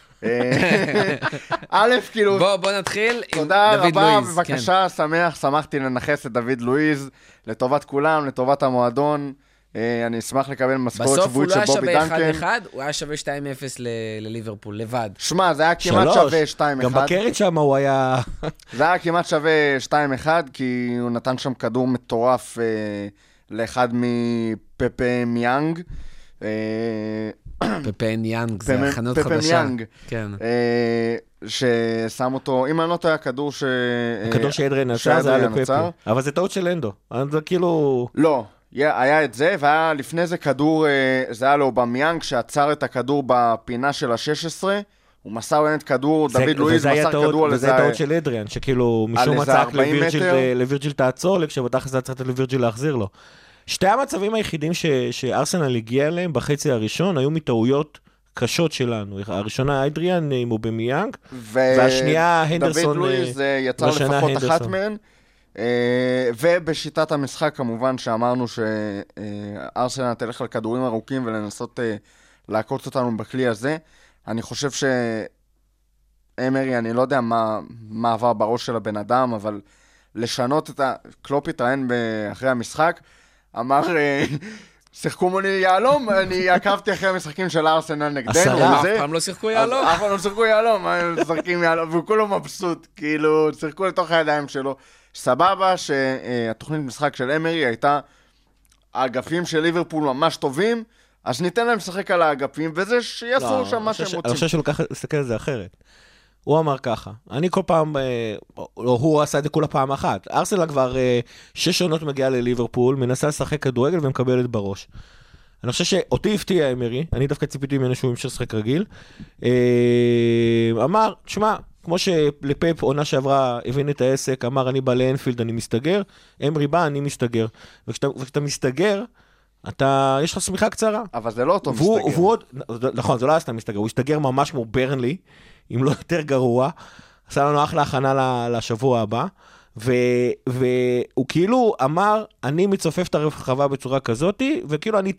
Speaker 4: א', כאילו...
Speaker 3: בוא נתחיל עם
Speaker 4: תודה
Speaker 3: דוד
Speaker 4: רבה,
Speaker 3: לואיז.
Speaker 4: בבקשה, שמחתי לנחס את דוד לואיז, לטובת כולם, לטובת המועדון. אני אשמח לקבל משכורת שבועית של בובי דנקן.
Speaker 3: בסוף הוא לא היה שווה 1-1, הוא היה שווה 2-0 לליברפול, לבד.
Speaker 4: שמע, זה היה כמעט שווה 2-1.
Speaker 5: גם בקרית שם הוא היה...
Speaker 4: זה היה כמעט שווה 2-1, כי הוא נתן שם כדור מטורף לאחד מפפה מיאנג.
Speaker 3: פפה ניאנג, זה הכנות חדשה.
Speaker 4: פפה מיאנג.
Speaker 3: כן.
Speaker 4: ששם אותו, אם אני לא טועה, הכדור
Speaker 5: הכדור שאדריאן נצר זה היה לפפי. אבל זה טעות של אנדו. זה כאילו...
Speaker 4: לא, היה את זה, והיה לפני זה כדור, זה היה לו במיאנג, שעצר את הכדור בפינה של ה-16, הוא מסר באמת כדור, דוד לואיז מסר כדור על
Speaker 5: וזה טעות של אדריאן, שכאילו משום מצק לווירג'יל תעצור, כשבתכלס צריך לתת לווירג'יל להחזיר לו. שתי המצבים היחידים שארסנל הגיע אליהם בחצי הראשון, היו מטעויות קשות שלנו. הראשונה אדריאן עם אובמיאנג, והשנייה הנדרסון.
Speaker 4: דוד לואיז יצר לפחות אחת מהן. ובשיטת המשחק כמובן שאמרנו שארסנל תלך על כדורים ארוכים ולנסות לעקוץ אותנו בכלי הזה. אני חושב שאמרי, אני לא יודע מה עבר בראש של הבן אדם, אבל לשנות את קלופ התראיין אחרי המשחק, אמר, שיחקו מולי יעלום, אני עקבתי אחרי המשחקים של ארסנל נגדנו.
Speaker 3: אף פעם לא שיחקו יעלום.
Speaker 4: אף פעם לא שיחקו יעלום, הם משחקים יעלום, והוא כולו מבסוט, כאילו, שיחקו לתוך הידיים שלו. סבבה שהתוכנית משחק של אמרי הייתה, האגפים של ליברפול ממש טובים, אז ניתן להם לשחק על האגפים, וזה שיעשו שם מה שהם רוצים.
Speaker 5: אני חושב שהוא להסתכל על זה אחרת. הוא אמר ככה, אני כל פעם, הוא עשה את זה כולה פעם אחת. ארסנל כבר 6 עונות מגיעה לליברפול, מנסה לשחק כדורגל ומקבלת בראש. אני חושב שאותי הפתיע אמרי, אני דווקא ציפיתי ממנו שהוא ימשיך לשחק רגיל. אמר, תשמע, כמו שלפפ עונה שעברה הבין את העסק, אמר אני בא לאנפילד, אני מסתגר, אמרי בא, אני מסתגר. וכשאתה מסתגר, יש לך סמיכה קצרה. אבל
Speaker 4: זה לא אותו מסתגר.
Speaker 5: נכון, זה לא היה סתם מסתגר, הוא הסתגר ממש כמו ברנלי, אם לא יותר גרוע, עשה לנו אחלה הכנה לשבוע הבא, והוא כאילו אמר, אני מצופף את הרחבה בצורה כזאת, וכאילו אני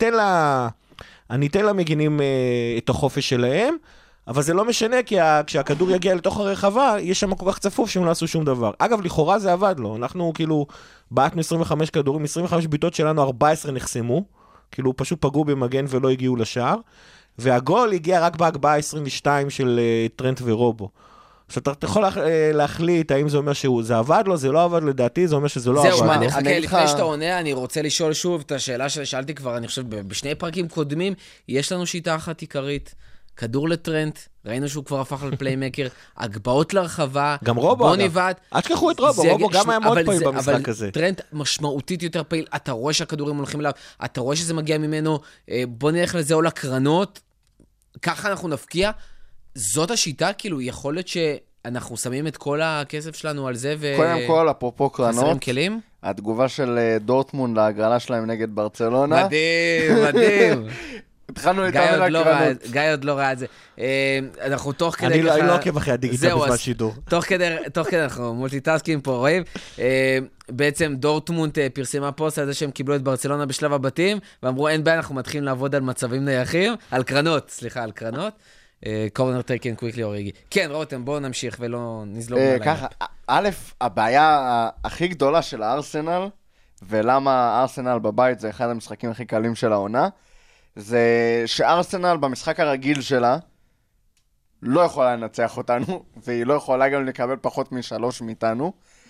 Speaker 5: אתן למגינים את החופש שלהם, אבל זה לא משנה, כי כשהכדור יגיע לתוך הרחבה, יש שם כל כך צפוף שהם לא עשו שום דבר. אגב, לכאורה זה עבד לו. אנחנו כאילו, בעטנו 25 כדורים, 25 ביטות שלנו, 14 נחסמו, כאילו פשוט פגעו במגן ולא הגיעו לשער, והגול הגיע רק בהגבהה 22 של טרנט ורובו. אז אתה יכול להחליט האם זה אומר שזה עבד לו, זה לא עבד לדעתי, זה אומר שזה לא עבד.
Speaker 3: זהו, מה, נחכה, לפני שאתה עונה, אני רוצה לשאול שוב את השאלה ששאלתי כבר, אני חושב, בשני פרקים קודמים, יש לנו שיטה אחת עיקרית, כדור לטרנט, ראינו שהוא כבר הפך לפליימקר, הגבעות לרחבה,
Speaker 5: גם רובו,
Speaker 3: אגב.
Speaker 5: אל תשכחו את רובו, רובו גם היה מאוד פעיל במשחק הזה.
Speaker 3: אבל טרנט משמעותית יותר פעיל, אתה רואה שהכדורים הולכים אליו, אתה רואה שזה מגיע ממנו, בוא נלך לזה או לקרנות, ככה אנחנו נפקיע. זאת השיטה, כאילו, יכול להיות שאנחנו שמים את כל הכסף שלנו על זה,
Speaker 4: קודם כל, אפרופו קרנות,
Speaker 3: חסרים כלים?
Speaker 4: התגובה של דורטמונד להגרלה שלהם נגד ברצלונה.
Speaker 3: מדהים, מדהים.
Speaker 4: התחלנו את הקרנות.
Speaker 3: גיא עוד לא ראה את זה. אנחנו תוך כדי...
Speaker 5: אני לא עוקב אחרי הדיגיטל בזמן שידור.
Speaker 3: תוך כדי אנחנו מולטיטאסקים פה, רואים? בעצם דורטמונד פרסמה פוסט על זה שהם קיבלו את ברצלונה בשלב הבתים, ואמרו, אין בעיה, אנחנו מתחילים לעבוד על מצבים נייחים, על קרנות, סליחה, על קרנות. קורנר טייקן קוויקלי אוריגי. כן, רותם, בואו נמשיך ולא נזלוג עליי.
Speaker 4: ככה, א', הבעיה הכי גדולה של הארסנל, ולמה הארסנל בבית זה אחד המשחקים הכי קלים של העונה, זה שארסנל במשחק הרגיל שלה לא יכולה לנצח אותנו, והיא לא יכולה גם לקבל פחות מ3 מאיתנו,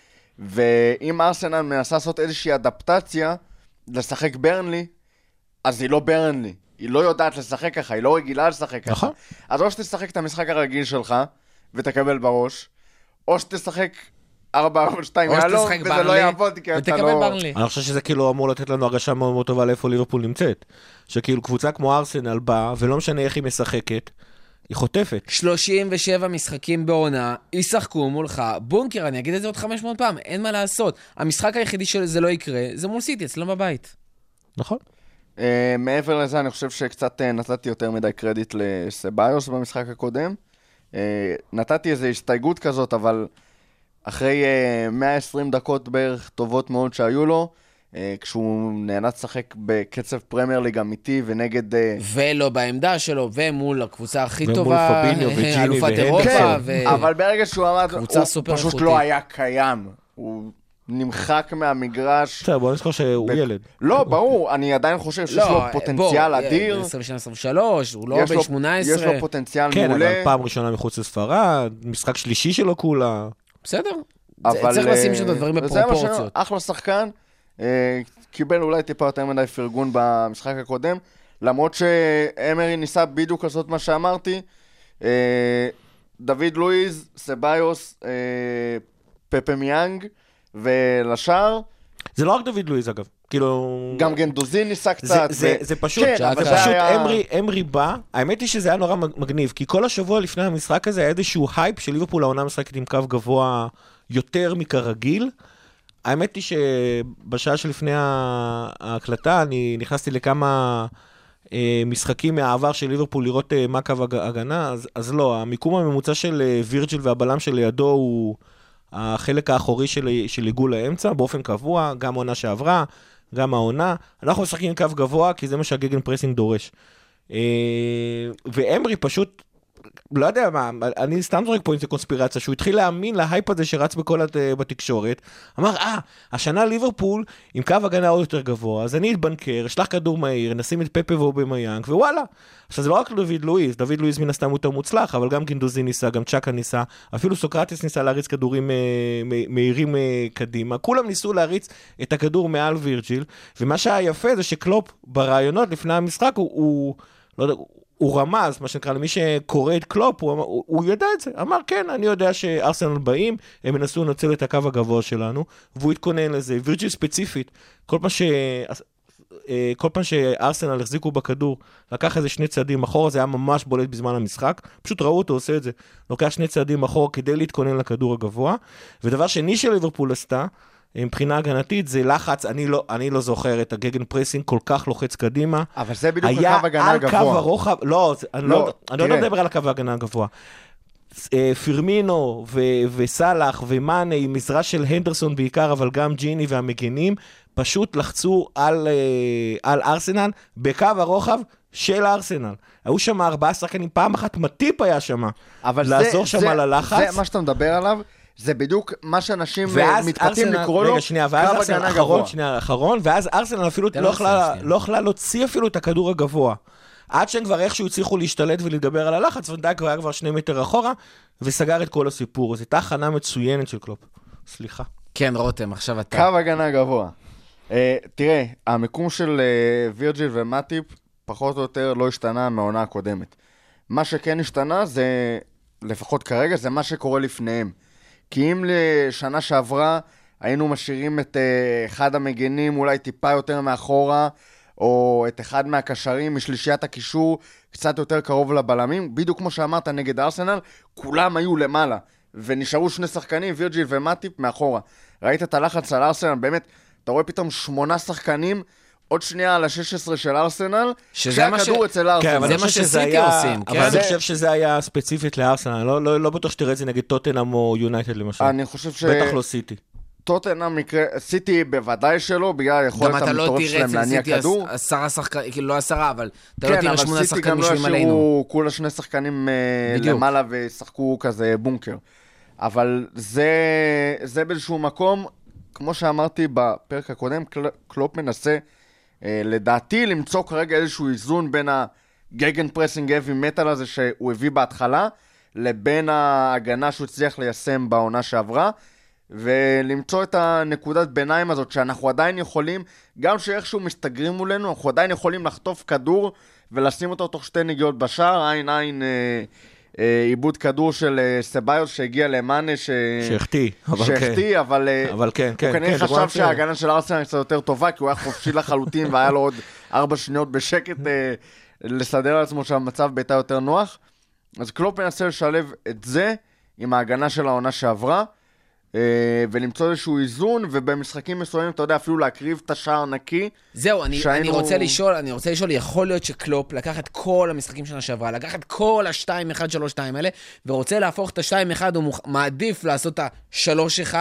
Speaker 4: ואם ארסנל מנסה לעשות איזושהי אדפטציה לשחק ברנלי, אז היא לא ברנלי. היא לא יודעת לשחק ככה, היא לא רגילה לשחק ככה.
Speaker 5: נכון.
Speaker 4: אז או שתשחק את המשחק הרגיל שלך, ותקבל בראש, או שתשחק 4-2 יעלום, וזה לא יעבוד, כי אתה לא...
Speaker 5: אני חושב שזה כאילו אמור לתת לנו הרגשה מאוד מאוד טובה לאיפה ליברפול נמצאת. שכאילו קבוצה כמו ארסנל באה, ולא משנה איך היא משחקת, היא חוטפת.
Speaker 3: 37 משחקים בעונה, ישחקו מולך, בונקר, אני אגיד את זה עוד 500 פעם, אין מה לעשות. המשחק היחידי שזה לא יקרה, זה מול סיטי, אצלם בבית.
Speaker 5: נכון.
Speaker 4: מעבר לזה, אני חושב שקצת נתתי יותר מדי קרדיט לסבאיוס במשחק הקודם. נתתי איזו הסתייגות כזאת, אבל אחרי 120 דקות בערך טובות מאוד שהיו לו, כשהוא נהנץ לשחק בקצב פרמייר ליג אמיתי ונגד...
Speaker 3: ולא בעמדה שלו, ומול הקבוצה הכי טובה, אלופת אירופה.
Speaker 4: אבל ברגע שהוא עמד, הוא פשוט לא היה קיים. הוא נמחק מהמגרש.
Speaker 5: בסדר, בוא נזכור שהוא ילד.
Speaker 4: לא, ברור, אני עדיין חושב שיש לו פוטנציאל אדיר.
Speaker 3: 22-23, הוא לא בן 18.
Speaker 4: יש לו פוטנציאל מעולה.
Speaker 5: כן, אבל פעם ראשונה מחוץ לספרד, משחק שלישי שלו כולה.
Speaker 3: בסדר, צריך לשים שם את הדברים בפרופורציות.
Speaker 4: זה אחלה שחקן, קיבל אולי טיפה יותר מדי פרגון במשחק הקודם, למרות שאמרי ניסה בדיוק לעשות מה שאמרתי, דוד לואיז, סביוס, פפמיאנג, ולשאר.
Speaker 5: זה לא רק דוד לואיז אגב, כאילו...
Speaker 4: גם גנדוזין ניסה קצת.
Speaker 5: זה פשוט,
Speaker 4: כן,
Speaker 5: זה פשוט אמרי בא, האמת היא שזה היה נורא מגניב, כי כל השבוע לפני המשחק הזה היה איזשהו הייפ של ליברפול העונה משחקת עם קו גבוה יותר מכרגיל. האמת היא שבשעה שלפני ההקלטה אני נכנסתי לכמה משחקים מהעבר של ליברפול לראות מה קו הגנה, אז לא, המיקום הממוצע של וירג'יל והבלם שלידו הוא החלק האחורי של עיגול האמצע, באופן קבוע, גם העונה שעברה, גם העונה. אנחנו משחקים עם קו גבוה, כי זה מה שהגגן פרסינג דורש. ואמרי פשוט, לא יודע מה, אני סתם זורק פה עם זה קונספירציה, שהוא התחיל להאמין להייפ הזה שרץ בתקשורת, אמר, השנה ליברפול עם קו הגנה עוד יותר גבוה, אז אני אתבנקר, אשלח כדור מהיר, נשים את פפה ואובמיאנג, ווואלה. עכשיו זה לא רק דוד לואיז מן הסתם הוא יותר מוצלח, אבל גם גינדוזין ניסה, גם צ'קה ניסה, אפילו סוקרטיס ניסה להריץ כדורים מהירים קדימה, כולם ניסו להריץ את הכדור מעל וירג'יל, ומה שהיה יפה זה שקלופ ברעיונות לפני המשחק הוא לא יודע, הוא רמז, מה שנקרא, למי שקורא את קלופ, הוא ידע את זה. אמר, כן, אני יודע שארסנל באים, הם ינסו לנצל את הקו הגבוה שלנו, והוא התכונן לזה. וירג'יל ספציפית, כל פעם שארסנל החזיקו בכדור, לקח איזה 2 צעדים אחורה, זה היה ממש בולט בזמן המשחק, פשוט ראו אותו עושה את זה, לוקח 2 צעדים אחורה כדי להתכונן לכדור הגבוה, ודבר שני של ליברפול עשתה, מבחינה הגנתית, זה לחץ, אני לא זוכר את הגגן פרסינג כל כך לוחץ קדימה. אבל
Speaker 4: זה בדיוק הקו הגנה הגבוה. היה על קו
Speaker 5: הרוחב, לא, אני לא מדבר על הקו הגנה הגבוה. פירמינו וסלח ומאנה עם עזרה של הנדרסון בעיקר, אבל גם ג'יני והמגנים, פשוט לחצו על ארסנל בקו הרוחב של ארסנל. היו שם 4 שחקנים, פעם אחת מטיפ היה שם, לעזור שם על הלחץ.
Speaker 4: זה מה שאתה מדבר עליו. זה בדיוק מה שאנשים מתפתים לקרוא לו,
Speaker 5: קו הגנה גבוה. ואז ארסנל אפילו לא יכלה להוציא אפילו את הכדור הגבוה. עד שהם כבר איכשהו הצליחו להשתלט ולהתגבר על הלחץ, ונדייק היה כבר 2 מטר אחורה, וסגר את כל הסיפור. זו הייתה הכנה מצוינת של קלופ. סליחה.
Speaker 3: כן, רותם, עכשיו אתה.
Speaker 4: קו הגנה גבוה. תראה, המיקום של וירג'יל ומטיפ, פחות או יותר לא השתנה מהעונה הקודמת. מה שכן השתנה זה, לפחות כרגע, זה מה שקורה לפניהם. כי אם לשנה שעברה היינו משאירים את אחד המגנים אולי טיפה יותר מאחורה, או את אחד מהקשרים משלישיית הקישור קצת יותר קרוב לבלמים, בדיוק כמו שאמרת נגד ארסנל, כולם היו למעלה, ונשארו 2 שחקנים, וירג'יל ומטיפ מאחורה. ראית את הלחץ על ארסנל, באמת, אתה רואה פתאום 8 שחקנים, עוד שנייה על ה-16 של ארסנל, כשהכדור אצל ארסנל.
Speaker 3: זה מה שסיטי עושים.
Speaker 5: אבל אני חושב שזה היה ספציפית לארסנל, לא בטוח שתראה את זה נגד טוטנהאם או יונייטד למשל.
Speaker 4: אני חושב ש...
Speaker 5: בטח לא סיטי.
Speaker 4: טוטנהאם מקרה, סיטי בוודאי שלא, בגלל היכולת המטורף שלהם להניע כדור.
Speaker 3: גם אתה לא תראה אצל סיטי 10 שחקנים, כאילו לא 10, אבל אתה לא תראה 8 שחקנים משלים עלינו.
Speaker 4: כן, אבל סיטי גם לא השאירו כולה 2 שחקנים למעלה ושחקו כזה בונקר. אבל זה באיזשהו מקום, כמו שאמרתי בפרק הקודם, קלופ מנסה לדעתי למצוא כרגע איזשהו איזון בין הגגן פרסינג heavy metal הזה שהוא הביא בהתחלה, לבין ההגנה שהוא הצליח ליישם בעונה שעברה, ולמצוא את הנקודת ביניים הזאת שאנחנו עדיין יכולים, גם שאיכשהו מסתגרים מולנו, אנחנו עדיין יכולים לחטוף כדור ולשים אותו תוך 2 נגיעות בשער, עין עיבוד כדור של סביוס שהגיע למאנה
Speaker 5: שהחטיא,
Speaker 4: אבל
Speaker 5: הוא
Speaker 4: כנראה חשב שההגנה של ארסנל קצת יותר טובה, כי הוא היה חופשי לחלוטין והיה לו עוד 4 שניות בשקט לסדר לעצמו שהמצב ביתה יותר נוח. אז קלופ מנסה לשלב את זה עם ההגנה של העונה שעברה, ולמצוא איזשהו איזון, ובמשחקים מסוימים, אתה יודע, אפילו להקריב את השער נקי.
Speaker 3: זהו, אני רוצה לשאול, יכול להיות שקלופ לקח את כל המשחקים שנה שעברה, לקח את כל ה-2-1-3-2 האלה, ורוצה להפוך את ה-2-1, הוא מעדיף לעשות את ה-3-1,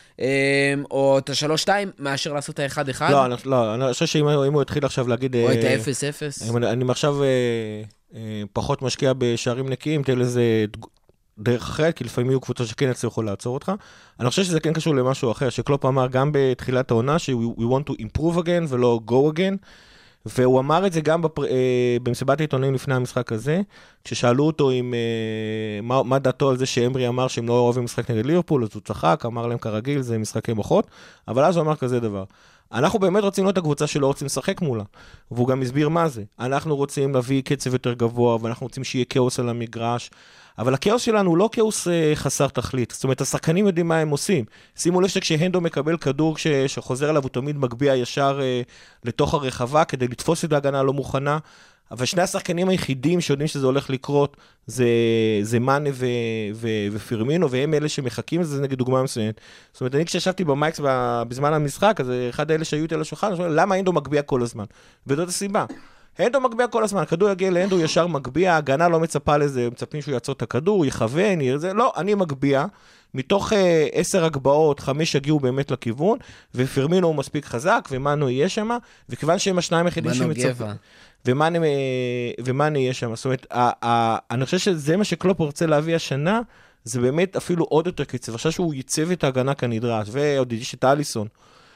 Speaker 3: או את ה-3-2, מאשר לעשות את ה-1-1.
Speaker 5: לא, אני חושב שאם הוא התחיל עכשיו להגיד...
Speaker 3: או את ה-0-0.
Speaker 5: אני עכשיו פחות משקיע בשערים נקיים, תהיה לזה... דרך אחרת, כי לפעמים יהיו קבוצות שכן יצליחו לעצור אותך. אני חושב שזה כן קשור למשהו אחר, שקלופ אמר גם בתחילת העונה, ש-we want to improve again ולא go again, והוא אמר את זה גם במסיבת העיתונאים לפני המשחק הזה. כששאלו אותו מה דעתו על זה שאמרי אמר שהם לא אוהבים משחק נגד ליברפול, אז הוא צחק, אמר להם כרגיל, זה משחקי מוחות, אבל אז הוא אמר כזה דבר. אנחנו באמת רוצים להיות הקבוצה שלא רוצים לשחק מולה, והוא גם הסביר מה זה. אנחנו רוצים להביא קצב יותר גבוה, ואנחנו רוצים שיהיה כאוס על המגרש, אבל הכאוס שלנו הוא לא כאוס חסר תכלית. זאת אומרת, השחקנים יודעים מה הם עושים. שימו לב שכשהנדו מקבל כדור שחוזר אליו, הוא תמיד מגביע ישר לתוך הרחבה, כדי לתפוס את ההגנה לא מוכנה, אבל שני השחקנים היחידים שיודעים שזה הולך לקרות, זה מאנה ופירמינו, והם אלה שמחכים לזה נגד דוגמה מסוימת. זאת אומרת, אני כשישבתי במייקס בזמן המשחק, אז אחד האלה שהיו איתי על השולחן, למה הנדו מגביע כל הזמן? וזאת הסיבה. הנדו מגביע כל הזמן, הכדור יגיע להנדו, ישר מגביע, ההגנה לא מצפה לזה, מצפים שהוא יעצור את הכדור, יכוון, לא, אני מגביע, מתוך 10 הגבעות, 5 יגיעו באמת לכיוון, ופירמינו הוא מספיק חזק, ומאנו יהיה שם, וכיוון שהם השניים היחידים שמצפים. ומאנה יהיה שם. זאת אומרת, אני חושב שזה מה שקלופ רוצה להביא השנה, זה באמת אפילו עוד יותר קצב. עכשיו שהוא ייצב את ההגנה כנדרש, ועוד יש את אליסון.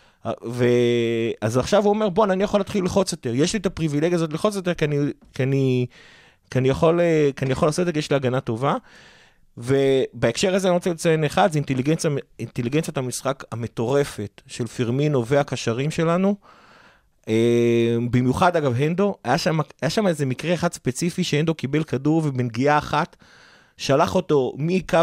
Speaker 5: אז עכשיו הוא אומר, בוא, אני יכול להתחיל ללחוץ יותר. יש לי את הפריבילגיה הזאת ללחוץ יותר, כי אני יכול לעשות את זה, יש לי הגנה טובה. ובהקשר הזה אני רוצה לציין אחד, זה אינטליגנציית המשחק המטורפת של פירמינו והקשרים שלנו, במיוחד אגב הנדו, היה שם איזה מקרה אחד ספציפי שהנדו קיבל כדור ובנגיעה אחת, שלח אותו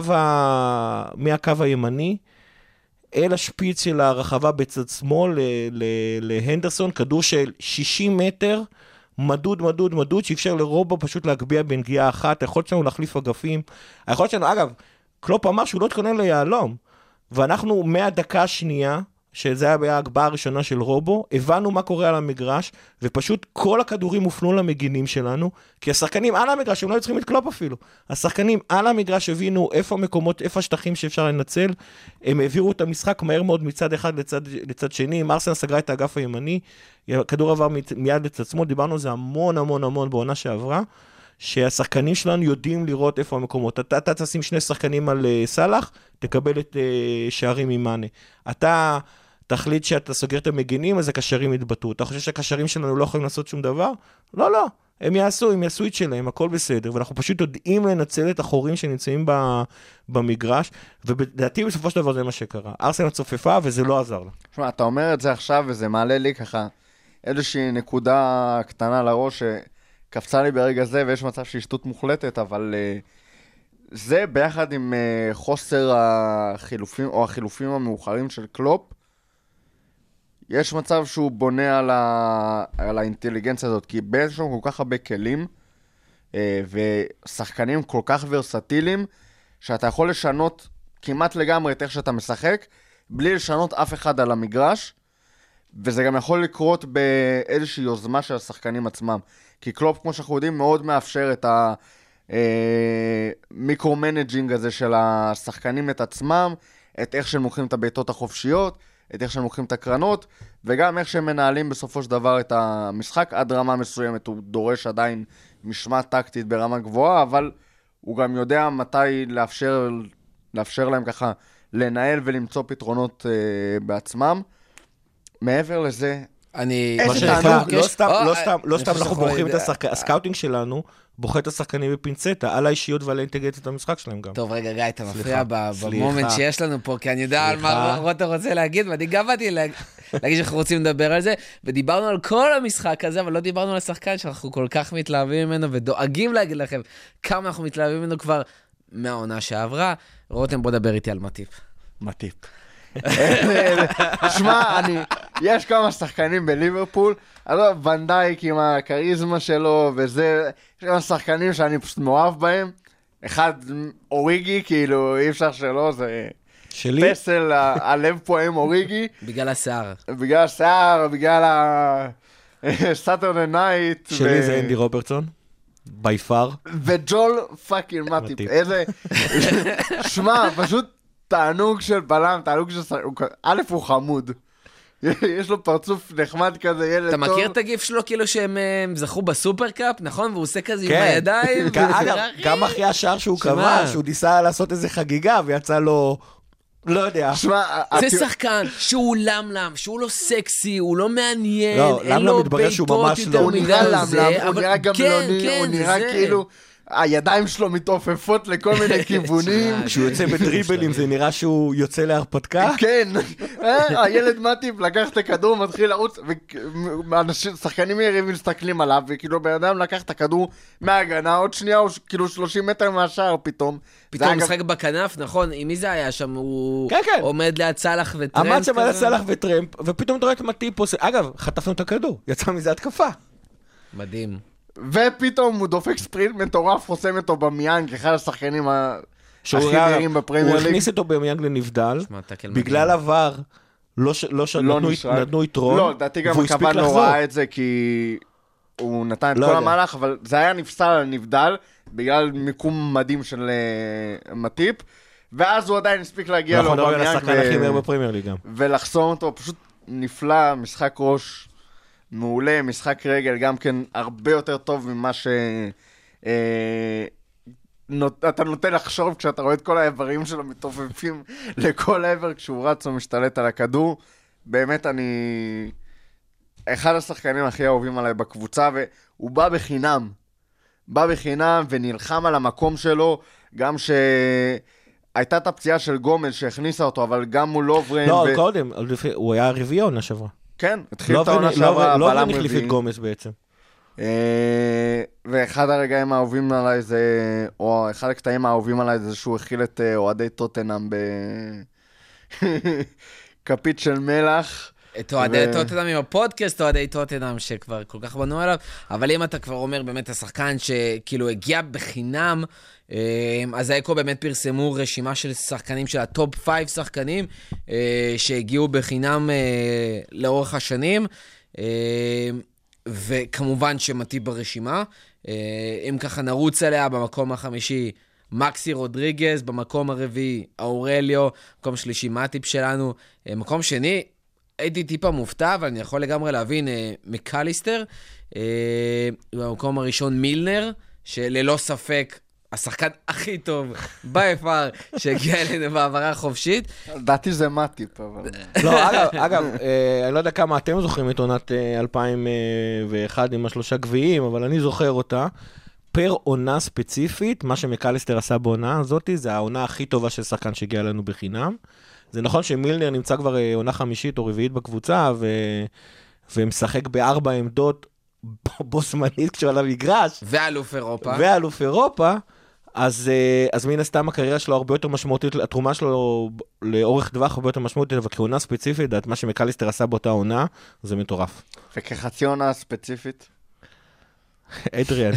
Speaker 5: מהקו הימני אל השפיץ של הרחבה בצד שמאל להנדרסון, כדור של 60 מטר, מדוד, שאפשר לרובו פשוט להגביע בנגיעה אחת, היכולת שלנו להחליף אגפים, היכולת שלנו, אגב, קלופ אמר שהוא לא התכונן ליעלום, ואנחנו מהדקה השנייה, שזה היה ההגבהה הראשונה של רובו, הבנו מה קורה על המגרש, ופשוט כל הכדורים הופנו למגינים שלנו, כי השחקנים על המגרש, הם לא צריכים את קלופ אפילו, השחקנים על המגרש הבינו איפה המקומות, איפה השטחים שאפשר לנצל, הם העבירו את המשחק מהר מאוד מצד אחד לצד שני, ארסנל סגרה את האגף הימני, הכדור עבר מיד לצד עצמו, דיברנו על זה המון בעונה שעברה, שהשחקנים שלנו יודעים לראות איפה המקומות. אתה תשים 2 שחקנים על סלח, תקבל את שערים ממאנה. אתה תחליט שאתה סוגר את המגינים, אז הקשרים יתבטאו. אתה חושב שהקשרים שלנו לא יכולים לעשות שום דבר? לא. הם יעשו את שלהם, הכל בסדר, ואנחנו פשוט יודעים לנצל את החורים שנמצאים במגרש, ובדעתי בסופו של דבר זה מה שקרה. ארסנל צופפה וזה לא עזר לה.
Speaker 4: תשמע, אתה אומר את זה עכשיו וזה מעלה לי ככה איזושהי נקודה קטנה לראש קפצה לי ברגע זה, ויש מצב שהיא שטות מוחלטת, אבל זה ביחד עם חוסר החילופים, או החילופים המאוחרים של קלופ, יש מצב שהוא בונה על האינטליגנציה הזאת, כי בין שם כל כך הרבה כלים, ושחקנים כל כך ורסטיליים, שאתה יכול לשנות כמעט לגמרי את איך שאתה משחק, בלי לשנות אף אחד על המגרש, וזה גם יכול לקרות באיזושהי יוזמה של השחקנים עצמם. כי קלופ, כמו שאנחנו יודעים, מאוד מאפשר את המיקרו-מנג'ינג הזה של השחקנים את עצמם, את איך שהם לוקחים את הביתות החופשיות, את איך שהם לוקחים את הקרנות, וגם איך שהם מנהלים בסופו של דבר את המשחק עד רמה מסוימת. הוא דורש עדיין משמעת טקטית ברמה גבוהה, אבל הוא גם יודע מתי לאפשר להם ככה לנהל ולמצוא פתרונות בעצמם. מעבר לזה,
Speaker 5: לא סתם אנחנו בוחרים את הסקאוטינג שלנו, בוחר את השחקנים בפינצטה, על האישיות ועל האינטגרציה המשחק שלהם גם.
Speaker 3: טוב, רגע, גיא, אתה מפריע במומנט שיש לנו פה, כי אני יודע על מה רוטה רוצה להגיד, ואני גם באתי להגיד שאנחנו רוצים לדבר על זה, ודיברנו על כל המשחק הזה, אבל לא דיברנו על השחקן שאנחנו כל כך מתלהבים ממנו, ודואגים להגיד לכם כמה אנחנו מתלהבים ממנו כבר מהעונה שעברה. רותם, בוא דבר איתי על מטיפ.
Speaker 4: שמע, יש כמה שחקנים בליברפול, ונדייק עם הקריזמה שלו וזה, יש כמה שחקנים שאני פשוט מאוהב בהם, אחד אוריגי, כאילו אי אפשר שלא, זה פסל, הלב פה עם אוריגי.
Speaker 3: בגלל השיער.
Speaker 4: בגלל הסאטרדי נייט.
Speaker 5: שלי זה אנדי רוברטסון, בי פאר.
Speaker 4: וג'ול פאקינג מטיפ. איזה, שמע, פשוט תענוג של בלם, תענוג של א' הוא חמוד. יש לו פרצוף נחמד כזה, ילד טוב.
Speaker 3: אתה מכיר את הגיף שלו כאילו שהם זכו בסופרקאפ, נכון? והוא עושה כזה עם הידיים.
Speaker 5: גם אחרי השער שהוא קבע, שהוא ניסה לעשות איזה חגיגה, ויצא לו, לא יודע.
Speaker 3: זה שחקן שהוא למלם, שהוא לא סקסי, הוא לא מעניין,
Speaker 5: אין לו בעיטות יותר
Speaker 4: מדי. הוא נראה למלם, הוא נראה גמלוני, הוא נראה כאילו הידיים שלו מתעופפות לכל מיני כיוונים.
Speaker 5: כשהוא יוצא בדריבלים זה נראה שהוא יוצא להרפתקה.
Speaker 4: כן, הילד מטיפ לקח את הכדור, מתחיל לרוץ, ושחקנים יריבים מסתכלים עליו, וכאילו בן אדם לקח את הכדור מההגנה, עוד שנייה הוא כאילו 30 מטר מהשאר פתאום.
Speaker 3: פתאום משחק בכנף, נכון, עם מי זה היה שם? הוא
Speaker 5: כן, כן.
Speaker 3: עומד ליד סלח וטרמפ.
Speaker 5: עמד שם ליד סלח וטרמפ, ופתאום אתה רואה את מטיפ עושה, אגב, חטפנו את הכדור, יצא מזה התקפה.
Speaker 3: מדהים.
Speaker 4: ופתאום הוא דופק ספרינט מטורף, חוסם אותו במיאנג, אחד השחקנים הכי נראים בפרמייר
Speaker 5: הוא
Speaker 4: ליג.
Speaker 5: הכניס אותו במיאנג לנבדל,
Speaker 3: שמע, תקל
Speaker 5: בגלל עבר, לא נתנו יתרון,
Speaker 4: לא, דעתי גם
Speaker 5: והוא הספיק
Speaker 4: הקב"ן לא
Speaker 5: לחזור.
Speaker 4: ראה את זה, כי הוא נתן את
Speaker 5: לא
Speaker 4: כל
Speaker 5: יודע.
Speaker 4: המהלך, אבל זה היה נפסל על נבדל, בגלל מיקום מדהים של מטיפ, ואז הוא עדיין הספיק להגיע לו
Speaker 5: אנחנו מדברים על
Speaker 4: במיאנג
Speaker 5: השחקן הכי מהר בפרמייר ליג גם.
Speaker 4: ולחסום אותו, פשוט נפלא, משחק ראש מעולה, משחק רגל גם כן הרבה יותר טוב ממה אתה נותן לחשוב כשאתה רואה את כל האיברים שלו מתעופפים לכל עבר כשהוא רץ ומשתלט על הכדור. באמת אחד השחקנים הכי אהובים עליי בקבוצה, והוא בא בחינם ונלחם על המקום שלו, גם שהייתה את הפציעה של גומז שהכניסה אותו, אבל גם מול לוברן.
Speaker 5: לא, קודם, הוא היה רביעון השבוע.
Speaker 4: כן, התחיל את העונה שעברה,
Speaker 5: לא
Speaker 4: בלם
Speaker 5: החליף את
Speaker 4: רביעי.
Speaker 5: גומז בעצם.
Speaker 4: ואחד הרגעים האהובים עליי זה, או אחד הקטעים האהובים עליי זה שהוא הכיל את אוהדי טוטנהאם בכפית של מלח.
Speaker 3: את אוהדי טוטנהאם עם הפודקאסט, אוהדי טוטנהאם שכבר כל כך בנו עליו, אבל אם אתה כבר אומר באמת השחקן שכאילו הגיע בחינם, אז האקו באמת פרסמו רשימה של שחקנים של הטופ 5 שחקנים שהגיעו בחינם לאורך השנים, וכמובן שמתי ברשימה. אם ככה נרוץ עליה, במקום החמישי מקסי רודריגז, במקום הרביעי אורליו, מקום שלישי מטיפ שלנו, מקום שני הייתי טיפה מופתע, אבל אני יכול לגמרי להבין מקליסטר, במקום הראשון מילנר, שללא ספק השחקן הכי טוב ביפר שהגיע אלינו בעברה חופשית.
Speaker 4: דעתי זה מטיפ, אבל...
Speaker 5: לא, אגב, אני לא יודע כמה אתם זוכרים את עונת 2001 עם השלושה גביעים, אבל אני זוכר אותה. פר עונה ספציפית, מה שמקליסטר עשה בעונה הזאת, זה העונה הכי טובה של שחקן שהגיע אלינו בחינם. זה נכון שמילנר נמצא כבר עונה חמישית או רביעית בקבוצה, ומשחק בארבע עמדות בו זמנית כשהוא על המגרש. ואלוף אירופה. אז מן הסתם הקריירה שלו הרבה יותר משמעותית, התרומה שלו לאורך טווח הרבה יותר משמעותית, אבל כעונה ספציפית, מה שמקליסטר עשה באותה עונה, זה מטורף.
Speaker 4: וכחצי עונה ספציפית?
Speaker 5: אדריאן.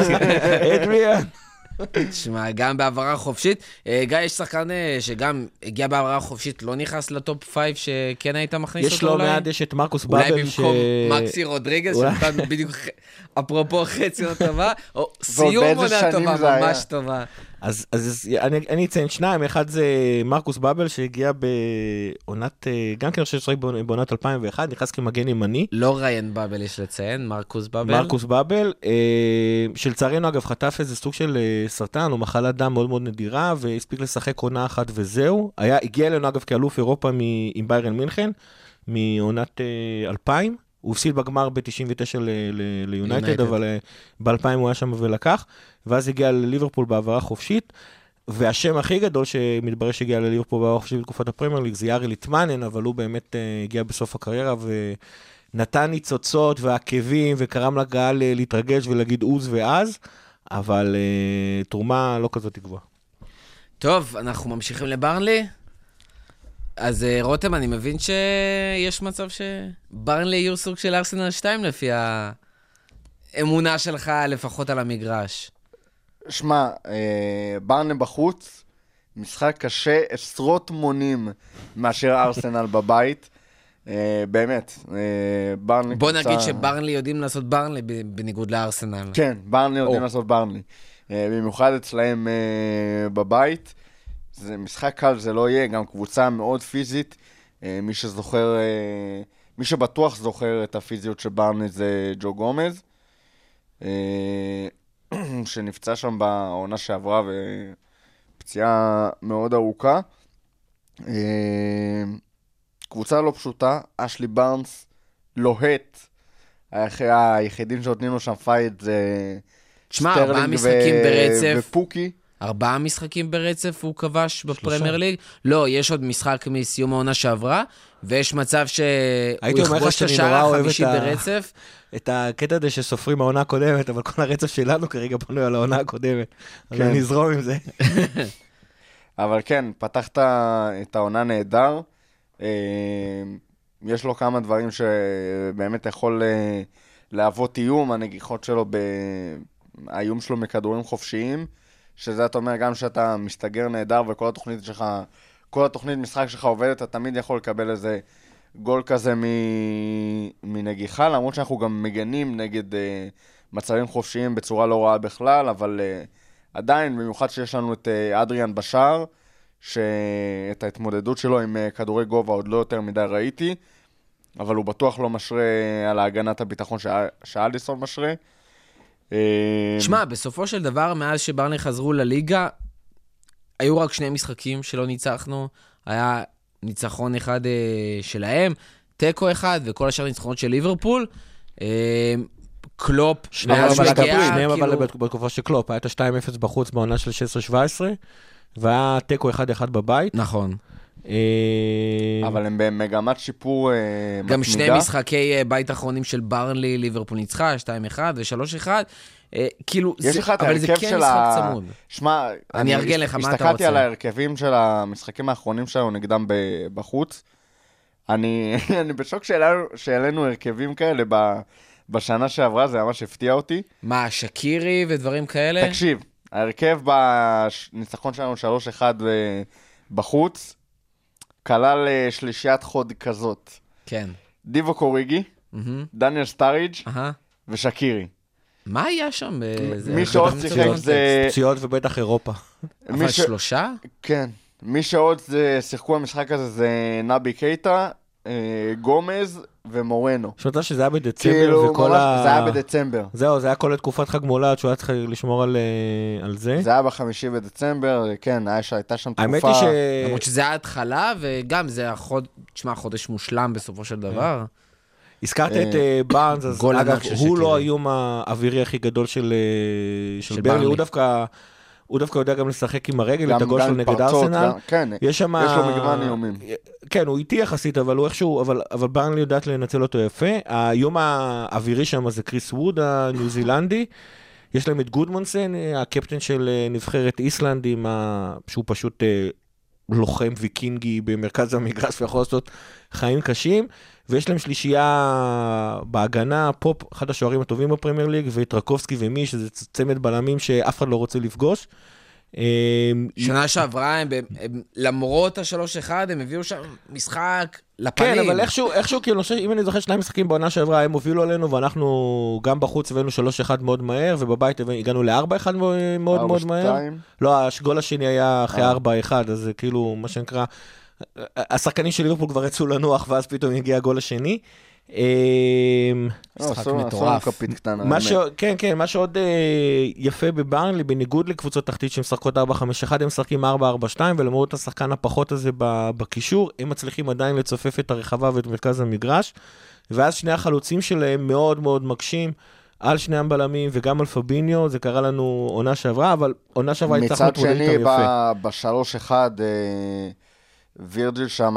Speaker 3: תשמע, גם בעברה חופשית. גיא, יש שחקן שגם הגיע בעברה חופשית, לא נכנס לטופ 5 שכן היית מכניס אותו
Speaker 5: אולי? יש לו מעד, יש את מרקוס באבל.
Speaker 3: אולי במקום מקסי רודריגז, שנתן בדיוק אפרופו חצי עונה טובה, או סיום עונה טובה, ממש טובה.
Speaker 5: אז אני אציין שניים, אחד זה מרקוס באבל שהגיע בעונת, גם כן אני חושב ששחק בעונת 2001, נכנס כמגן ימני.
Speaker 3: לא ריין באבל יש לציין, מרקוס באבל.
Speaker 5: מרקוס באבל, שלצערנו אגב חטף איזה סוג של סרטן או מחלת דם מאוד מאוד נדירה, והספיק לשחק עונה אחת וזהו. הגיע אלינו אגב כאלוף אירופה עם ביירן מינכן, מעונת 2000. הוא הפסיד בגמר ב-99 ליונייטד, אבל ב-2000 הוא היה שם ולקח, ואז הגיע לליברפול בעברה חופשית, והשם הכי גדול שמתברר שהגיע לליברפול בעברה חופשית בתקופת הפרמייר ליג, זה יארי ליטמנן, אבל הוא באמת הגיע בסוף הקריירה, ונתן ניצוצות ועקבים, וקרם לקהל להתרגש ולהגיד עוז ואז, אבל תרומה לא כזאת גבוהה.
Speaker 3: טוב, אנחנו ממשיכים לברנלי. אז רותם, אני מבין שיש מצב שברנלי יהיו סוג של ארסנל 2 לפי האמונה שלך לפחות על המגרש.
Speaker 4: שמע, ברנלי בחוץ, משחק קשה עשרות מונים מאשר ארסנל בבית. באמת, ברנלי
Speaker 3: בוא נגיד שברנלי יודעים לעשות ברנלי בניגוד לארסנל.
Speaker 4: כן, ברנלי יודעים לעשות ברנלי. במיוחד אצלהם בבית. זה משחק קל, זה לא יהיה, גם קבוצה מאוד פיזית, מי שזוכר, מי שבטוח זוכר את הפיזיות של ברנלי זה ג'ו גומז, שנפצע שם בעונה שעברה ופציעה מאוד ארוכה. קבוצה לא פשוטה, אשלי בארנס לוהט, היחידים שנותנים לו שם פייט זה
Speaker 3: תשמע, 4
Speaker 4: סטרלינג
Speaker 3: משחקים ברצף.
Speaker 4: ופוקי.
Speaker 3: 4 משחקים ברצף הוא כבש בפרמייר ליג? לא, יש עוד משחק מסיום העונה שעברה, ויש מצב שהוא יכבוש את השער החמישי ברצף.
Speaker 5: את הקטע הזה שסופרים העונה הקודמת, אבל כל הרצף שלנו כרגע פנוי על העונה הקודמת. אז אני אזרום עם זה.
Speaker 4: אבל כן, פתחת את העונה נהדר. יש לו כמה דברים שבאמת יכול להוות איום, הנגיחות שלו, האיום שלו מכדורים חופשיים, שזה אתה אומר גם שאתה מסתגר נהדר וכל התוכנית שלך, כל התוכנית משחק שלך עובדת, אתה תמיד יכול לקבל איזה גול כזה מנגיחה, למרות שאנחנו גם מגנים נגד מצבים חופשיים בצורה לא רעה בכלל, אבל עדיין, במיוחד שיש לנו את אדריאן בשער, שאת ההתמודדות שלו עם כדורי גובה עוד לא יותר מדי ראיתי, אבל הוא בטוח לא משרה על ההגנת הביטחון שאליסון משרה.
Speaker 3: שמע, בסופו של דבר, מאז שברני חזרו לליגה, היו רק 2 משחקים שלא ניצחנו, היה ניצחון אחד שלהם, טקו אחד, וכל השאר ניצחונות של ליברפול. קלופ,
Speaker 5: שניהם אבל בתקופה של קלופ, היה את ה-2-0 בחוץ בעונה של 16-17, והיה טקו 1-1 בבית.
Speaker 3: נכון.
Speaker 4: אבל הם במגמת שיפור מתמידה.
Speaker 3: גם 2 משחקי בית האחרונים של ברנלי, ליברפול ניצחה, 2-1 ו-3-1. כאילו, אבל זה כן משחק צמוד.
Speaker 4: שמע,
Speaker 3: אני ארגן לך, מה אתה רוצה?
Speaker 4: הסתכלתי על ההרכבים של המשחקים האחרונים שלנו נגדם בחוץ. אני בשוק שאלינו הרכבים כאלה בשנה שעברה, זה ממש הפתיע אותי.
Speaker 3: מה, שקירי ודברים כאלה?
Speaker 4: תקשיב, ההרכב בניצחון שלנו 3-1 בחוץ, כלל שלישיית חוד כזאת.
Speaker 3: כן.
Speaker 4: דיבו קוריגי, דניאל סטאריג' ושקירי.
Speaker 3: מה היה שם?
Speaker 4: מי שעוד שיחק זה...
Speaker 5: פציעות ובטח אירופה.
Speaker 3: אבל 3?
Speaker 4: כן. מי שעוד שיחקו המשחק הזה זה נבי קייטה, גומז ומורנו.
Speaker 5: שאתה שזה היה בדצמבר וכל
Speaker 4: זה היה בדצמבר.
Speaker 5: זהו, זה היה כל תקופת חג מולד שהוא היה צריך לשמור על זה.
Speaker 4: זה היה ב5 בדצמבר, כן, הייתה שם תקופה.
Speaker 5: האמת היא
Speaker 3: למרות שזה היה התחלה, וגם זה חודש מושלם בסופו של דבר.
Speaker 5: הזכרת את בארנס, אז אגב, הוא לא האיום האווירי הכי גדול של ברלי, הוא דווקא יודע גם לשחק עם הרגל, את הגול שלו נגד ארסנל.
Speaker 4: כן, יש לו מגוון איומים.
Speaker 5: כן, הוא איטי יחסית, אבל הוא איכשהו, אבל ברנלי יודעת לנצל אותו יפה. האיום האווירי שם זה קריס ווד, הניו זילנדי. יש להם את גודמונסן, הקפטן של נבחרת איסלנד, שהוא פשוט לוחם ויקינגי במרכז המגרש, ויכול לעשות חיים קשים. ויש להם שלישייה בהגנה, פופ, אחד השוערים הטובים בפרמייר ליג, וטרקובסקי ומי, שזה צמד בלמים שאף אחד לא רוצה לפגוש.
Speaker 3: שנה שעברה, למרות ה-3-1, הם הביאו שם משחק לפנים.
Speaker 5: כן, אבל איכשהו, כאילו, אם אני זוכר 2 משחקים בעונה שעברה, הם הובילו עלינו, ואנחנו גם בחוץ הבאנו 3-1 מאוד מהר, ובבית הגענו ל-4-1 מאוד מאוד מהר. לא, הגול השני היה אחרי 4-1, אז זה כאילו, מה שנקרא, השחקנים של ליברפול כבר יצאו לנוח, ואז פתאום הגיע הגול השני.
Speaker 3: משחק מטורף.
Speaker 5: כן, כן, מה שעוד יפה בברנלי, בניגוד לקבוצות תחתית שמשחקות 4-5-1, הם משחקים 4-4-2, ולמרות השחקן הפחות הזה בקישור, הם מצליחים עדיין לצופף את הרחבה ואת מרכז המגרש, ואז שני החלוצים שלהם מאוד מאוד מקשים על שני הבלמים וגם על פביניו, זה קרה לנו עונה שעברה, אבל עונה שעברה הצלחנו להתמודד איתם יפה.
Speaker 4: מצד שני, ב-3-1, וירג'יל שם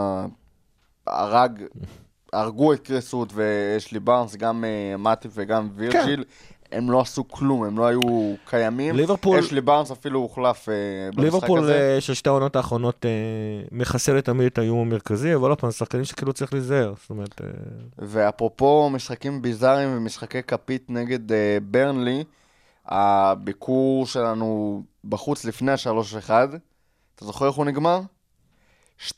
Speaker 4: הרגו את קריסות ואשלי בארנס, גם מטיף וגם וירג'יל, הם לא עשו כלום, הם לא היו קיימים. אשלי בארנס אפילו הוחלף במשחק הזה.
Speaker 5: ליברפול של שתי העונות האחרונות מחסל תמיד את האיום המרכזי, אבל לא פעם, שחקנים שכאילו צריך להיזהר.
Speaker 4: ואפרופו משחקים ביזאריים ומשחקי כפית נגד ברנלי, הביקור שלנו בחוץ לפני ה-3-1, אתה זוכר איך הוא נגמר? 2-1,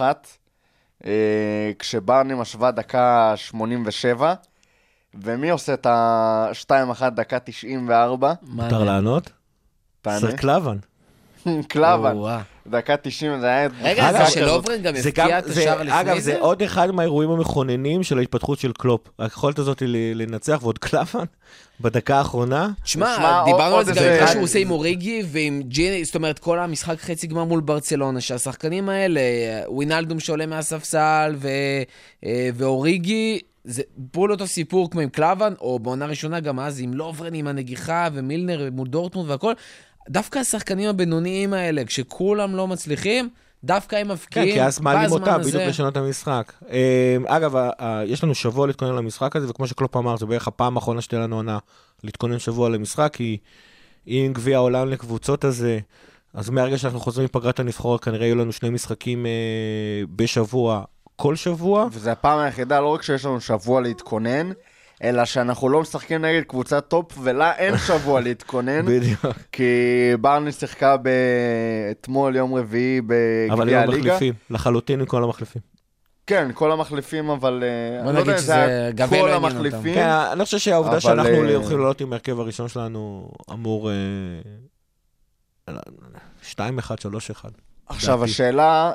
Speaker 4: כשברני משווה דקה 87, ומי עושה את ה-2-1 דקה 94?
Speaker 5: מותר לענות? סר קלאבן.
Speaker 4: קלאבן. דקה 90, זה היה...
Speaker 3: רגע, זה של אוברן גם הפקיע את השער לפני זה?
Speaker 5: אגב, זה עוד אחד מהאירועים המכוננים של ההתפתחות של קלופ. היכולת הזאת לנצח, ועוד קלאבן, בדקה האחרונה.
Speaker 3: תשמע, דיברנו על זה גם איתך שהוא עושה עם אוריגי ועם ג'יני, זאת אומרת, כל המשחק חצי גמר מול ברצלונה, שהשחקנים האלה, ווינלדום שעולה מהספסל ואוריגי, זה בול אותו סיפור כמו עם קלאבן, או בעונה ראשונה גם אז עם לוברן, עם הנגיחה, ומילנר מול דורטמונד והכל. דווקא השחקנים הבינוניים האלה, כשכולם לא מצליחים, דווקא הם מפקיעים.
Speaker 5: כן, כי אז מעלים אותה, בדיוק לשנות את המשחק. אגב, יש לנו שבוע להתכונן למשחק הזה, וכמו שקלופ אמר, זה בערך הפעם האחרונה שתהיה לנו עונה להתכונן שבוע למשחק, כי אם גביע העולם לקבוצות הזה, אז מהרגע שאנחנו חוזרים מפגרת הנבחרות, כנראה יהיו לנו 2 משחקים בשבוע, כל שבוע.
Speaker 4: וזה הפעם היחידה, לא רק שיש לנו שבוע להתכונן, אלא שאנחנו לא משחקים נגד קבוצת טופ, ולה אין שבוע להתכונן.
Speaker 5: בדיוק.
Speaker 4: כי ברני שיחקה אתמול, יום רביעי, בגביע
Speaker 5: אבל
Speaker 4: הליגה.
Speaker 5: הם מחליפים, לחלוטין עם כל המחליפים.
Speaker 4: כן, כל המחליפים, אבל...
Speaker 3: בוא נגיד שזה גבי לא עניין אותם.
Speaker 5: כן, אני חושב שהעובדה שאנחנו הולכים לעלות עם הרכב הראשון שלנו אמור 2-1, 3-1.
Speaker 4: עכשיו, השאלה,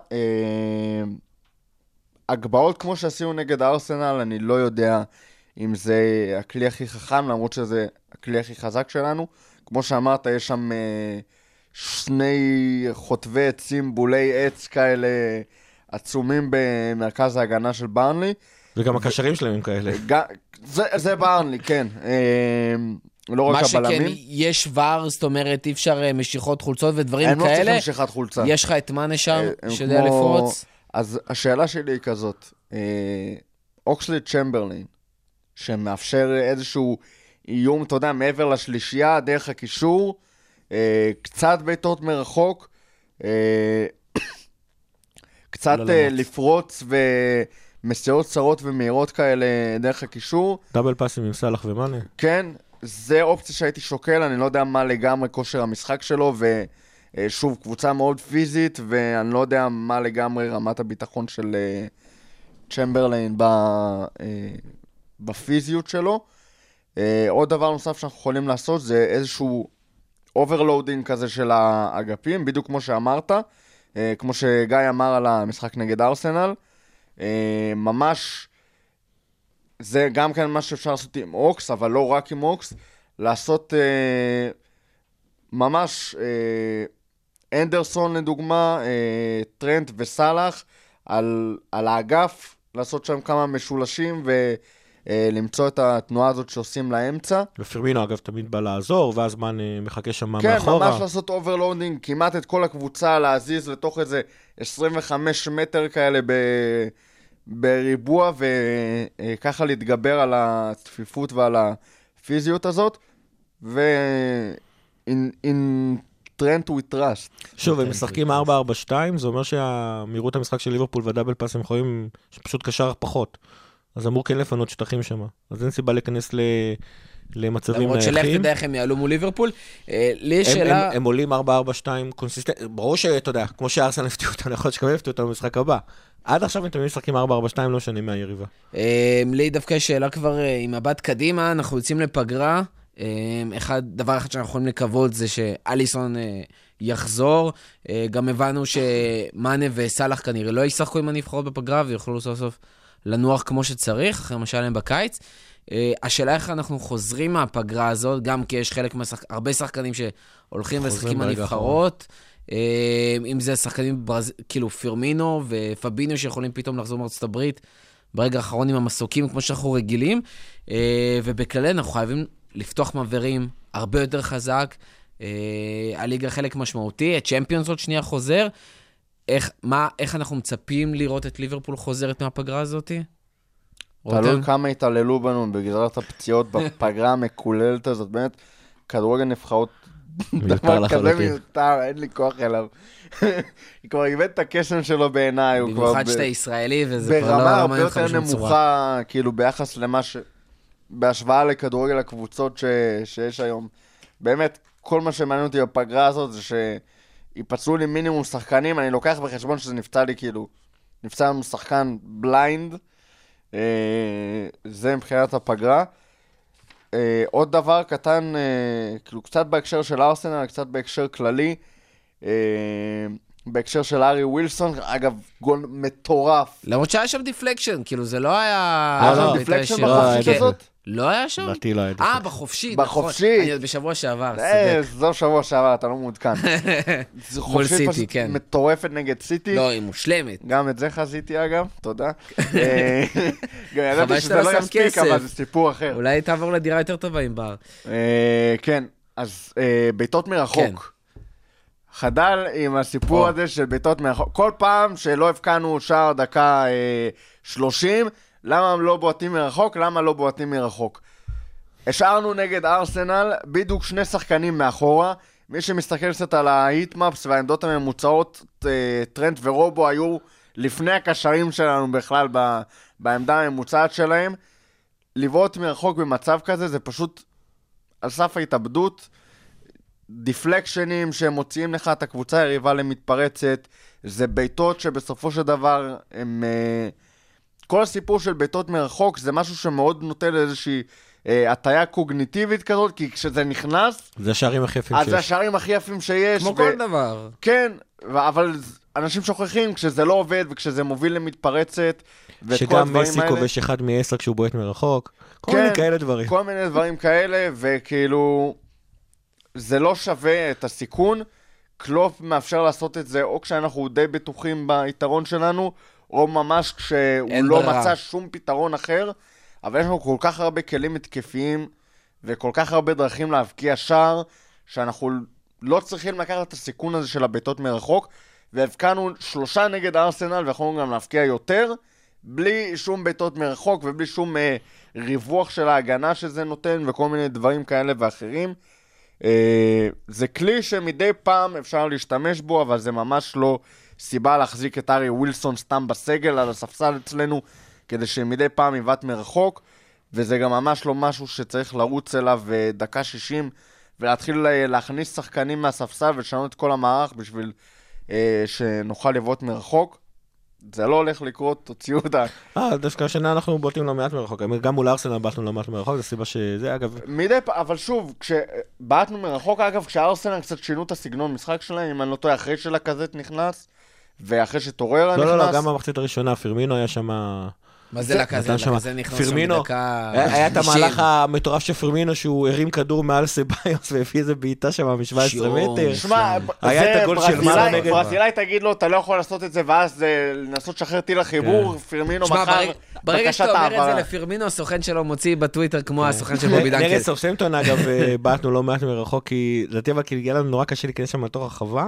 Speaker 4: הגבעות כמו שעשינו נגד הארסנל, אני לא יודע אם זה הכלי הכי חכם, למרות שזה הכלי הכי חזק שלנו. כמו שאמרת, יש שם 2 חוטבי עצים, בולי עץ כאלה עצומים במרכז ההגנה של ברנלי.
Speaker 5: וגם הקשרים שלהם הם כאלה.
Speaker 4: זה ברנלי, כן. לא רק הבלמים.
Speaker 3: מה שכן, יש ור, זאת אומרת, אי אפשר משיכות חולצות ודברים כאלה.
Speaker 4: הם לא צריכים משיכת חולצה.
Speaker 3: יש לך את מנה שם, שיודע לפרוץ.
Speaker 4: אז השאלה שלי היא כזאת, אוקסלי צ'מברליין, שמאפשר איזשהו איום, אתה יודע, מעבר לשלישייה, דרך הקישור, קצת בעיטות מרחוק, קצת לפרוץ ומסיעות צרות ומהירות כאלה דרך הקישור.
Speaker 5: דאבל פאסים עם סלח ומאנה.
Speaker 4: כן, זה אופציה שהייתי שוקל, אני לא יודע מה לגמרי כושר המשחק שלו, ושוב, קבוצה מאוד פיזית, ואני לא יודע מה לגמרי רמת הביטחון של צ'מברליין בפיזיות שלו. עוד דבר נוסף שאנחנו יכולים לעשות, זה איזשהו אוברלואודינג כזה של האגפים, בדיוק כמו שאמרת, כמו שגיא אמר על המשחק נגד ארסנל, ממש, זה גם כן מה שאפשר לעשות עם אוקס, אבל לא רק עם אוקס, לעשות ממש אנדרסון לדוגמה, טרנט וסלח, על האגף, לעשות שם כמה משולשים ולמצוא את התנועה הזאת שעושים לאמצע.
Speaker 5: ופרמינו אגב תמיד בא לעזור, ואז זמן מחכה שם
Speaker 4: כן,
Speaker 5: מאחורה.
Speaker 4: כן, ממש לעשות אוברלואודינג, כמעט את כל הקבוצה להזיז לתוך איזה 25 מטר כאלה בריבוע, וככה להתגבר על הצפיפות ועל הפיזיות הזאת, in trend we trust.
Speaker 5: שוב, הם משחקים 4-4-2, זה אומר שהמהירות המשחק של ליברפול והדאבל פאס הם יכולים שפשוט קשר פחות. אז אמור כן לפנות שטחים שם. אז אין סיבה להיכנס למצבים נייחים.
Speaker 3: למרות שלך תדע איך הם יעלו מול ליברפול. לי יש שאלה...
Speaker 5: הם עולים 4-4-2 קונסיסטנט. ברור שאתה יודע, כמו שארסנל הפתיעו אותנו, יכול להיות שקבל הפתיעו אותנו במשחק הבא. עד עכשיו הם תמיד משחקים 4-4-2, לא שנים מהיריבה.
Speaker 3: לי דווקא שאלה כבר עם מבט קדימה, אנחנו יוצאים לפגרה. דבר אחד שאנחנו יכולים לקוות זה שאליסון יחזור. גם הבנו שמאנה וסלח כנראה לא ישחקו עם הנבחרות בפגרה, ויוכלו סוף סוף לנוח כמו שצריך, אחרי מה שהיה להם בקיץ. השאלה איך אנחנו חוזרים מהפגרה הזאת, גם כי יש הרבה שחקנים שהולכים ושחקים הנבחרות, אם זה שחקנים כאילו פירמינו ופביניו שיכולים פתאום לחזור מארצות הברית ברגע האחרון עם המסוקים כמו שאנחנו רגילים, ובכלל אנחנו חייבים לפתוח מעברים הרבה יותר חזק, הליגה חלק משמעותי, הצ'מפיונס עוד שנייה חוזר, איך אנחנו מצפים לראות את ליברפול חוזרת מהפגרה הזאת?
Speaker 4: תלוי כמה התעללו בנו בגזרת הפציעות בפגרה המקוללת הזאת, באמת, כדורגל נבחרות דבר כזה מיותר, אין לי כוח אליו. היא כבר איבד את הקסם שלו בעיניי.
Speaker 3: במיוחד שאתה ישראלי, וזה כבר לא...
Speaker 4: ברמה הרבה יותר נמוכה, כאילו ביחס למה ש... בהשוואה לכדורגל הקבוצות שיש היום. באמת, כל מה שמעניין אותי בפגרה הזאת זה שיפצלו לי מינימום שחקנים, אני לוקח בחשבון שזה נפצע לי כאילו, נפצע לנו שחקן בליינד, זה מבחינת הפגרה. עוד דבר קטן, כאילו קצת בהקשר של ארסנל, קצת בהקשר כללי, בהקשר של ארי ווילסון, אגב, גול מטורף.
Speaker 3: למרות שהיה שם דיפלקשן, כאילו זה לא היה...
Speaker 4: היה שם דיפלקשן בחופשית הזאת?
Speaker 3: לא היה שם?
Speaker 5: לדעתי לא היה.
Speaker 3: בחופשי.
Speaker 4: בחופשי.
Speaker 3: נכון. אני עוד בשבוע שעבר, צודק.
Speaker 4: זו שבוע שעבר, אתה לא מעודכן. זו
Speaker 3: מול
Speaker 4: חופשי
Speaker 3: סיטי,
Speaker 4: פשוט
Speaker 3: כן.
Speaker 4: מטורפת נגד סיטי.
Speaker 3: לא, היא מושלמת.
Speaker 4: גם את זה חזיתי אגב, תודה. גם
Speaker 3: חבל
Speaker 4: ידעתי
Speaker 3: שאתה לא
Speaker 4: שזה לא
Speaker 3: שם
Speaker 4: יספיק,
Speaker 3: כסף.
Speaker 4: אבל זה סיפור אחר.
Speaker 3: אולי תעבור לדירה יותר טובה עם בר.
Speaker 4: כן, אז בעיטות
Speaker 3: כן.
Speaker 4: מרחוק. חדל עם הסיפור הזה של בעיטות מרחוק. כל פעם שלא הבקענו שער דקה 30, למה הם לא בועטים מרחוק? למה לא בועטים מרחוק? השארנו נגד ארסנל בדיוק 2 שחקנים מאחורה. מי שמסתכל קצת על ההיטמאפס והעמדות הממוצעות, טרנט ורובו היו לפני הקשרים שלנו בכלל בעמדה הממוצעת שלהם. לבעוט מרחוק במצב כזה זה פשוט על סף ההתאבדות. דיפלקשנים שהם מוציאים לך את הקבוצה היריבה למתפרצת, זה ביתות שבסופו של דבר הם... כל הסיפור של ביתות מרחוק זה משהו שמאוד נוטה לאיזושהי הטיה קוגניטיבית כזאת, כי כשזה נכנס...
Speaker 5: זה השערים הכי יפים
Speaker 4: אז
Speaker 5: שיש.
Speaker 4: זה השערים הכי יפים שיש.
Speaker 3: כמו כל דבר.
Speaker 4: כן, אבל אנשים שוכחים כשזה לא עובד וכשזה מוביל למתפרצת
Speaker 5: שגם מסי כובש 1 מ-10 כשהוא בועט מרחוק. כל מיני כאלה דברים.
Speaker 4: כל מיני דברים כאלה, וכאילו... זה לא שווה את הסיכון. קלופ מאפשר לעשות את זה או כשאנחנו די בטוחים ביתרון שלנו, או ממש כשהוא לא מצא שום פתרון אחר. אבל יש לנו כל כך הרבה כלים התקפיים, וכל כך הרבה דרכים להבקיע שער, שאנחנו לא צריכים לקחת את הסיכון הזה של הביתות מרחוק, והבקענו 3 נגד ארסנל, ויכולנו גם להבקיע יותר, בלי שום ביתות מרחוק, ובלי שום ריווח של ההגנה שזה נותן, וכל מיני דברים כאלה ואחרים. זה כלי שמדי פעם אפשר להשתמש בו, אבל זה ממש לא סיבה להחזיק את ארי ווילסון סתם בסגל על הספסל אצלנו, כדי שמדי פעם יבעט מרחוק, וזה גם ממש לא משהו שצריך לרוץ אליו דקה 60, ולהתחיל להכניס שחקנים מהספסל ולשנות את כל המערך בשביל שנוכל לבעוט מרחוק. זה לא הולך לקרות, תוציאו אותה.
Speaker 5: דווקא השנה אנחנו בועטים לא מעט מרחוק. גם מול ארסנל בעטנו לא מעט מרחוק, זו סיבה שזה, אגב...
Speaker 4: מדי פעם, אבל שוב, כשבעטנו מרחוק, אגב, כשארסנל קצת שינו את הסגנון משחק שלהם, אם אני לא טועה, אחרי שלקזט נכנס, ואחרי שטוררה נכנס...
Speaker 5: לא, גם במחצית הראשונה, פירמינו היה שם...
Speaker 3: מה זה לקזט? לקזט נכנס שם בדקה...
Speaker 5: היה את המהלך המטורף של פירמינו, שהוא הרים כדור מעל סביוס, והביא איזה בעיטה שם מ-17 מטר.
Speaker 4: שמע,
Speaker 5: היה את הגול של מלו נגד...
Speaker 4: ברזילאי תגיד לו, אתה לא יכול לעשות את זה, ואז לנסות לשחרר טיל החיבור, פירמינו מחר...
Speaker 3: ברגע שאתה אומר את זה לפירמינו, הסוכן שלו מוציא בטוויטר כמו הסוכן של בובי דנקל.
Speaker 5: נגד סאות'המפטון, אגב, בעטנו לא מעט מרחוק, כי לדעתי אבל הגיע לנו נורא קשה להיכנס שם לתוך הרחבה.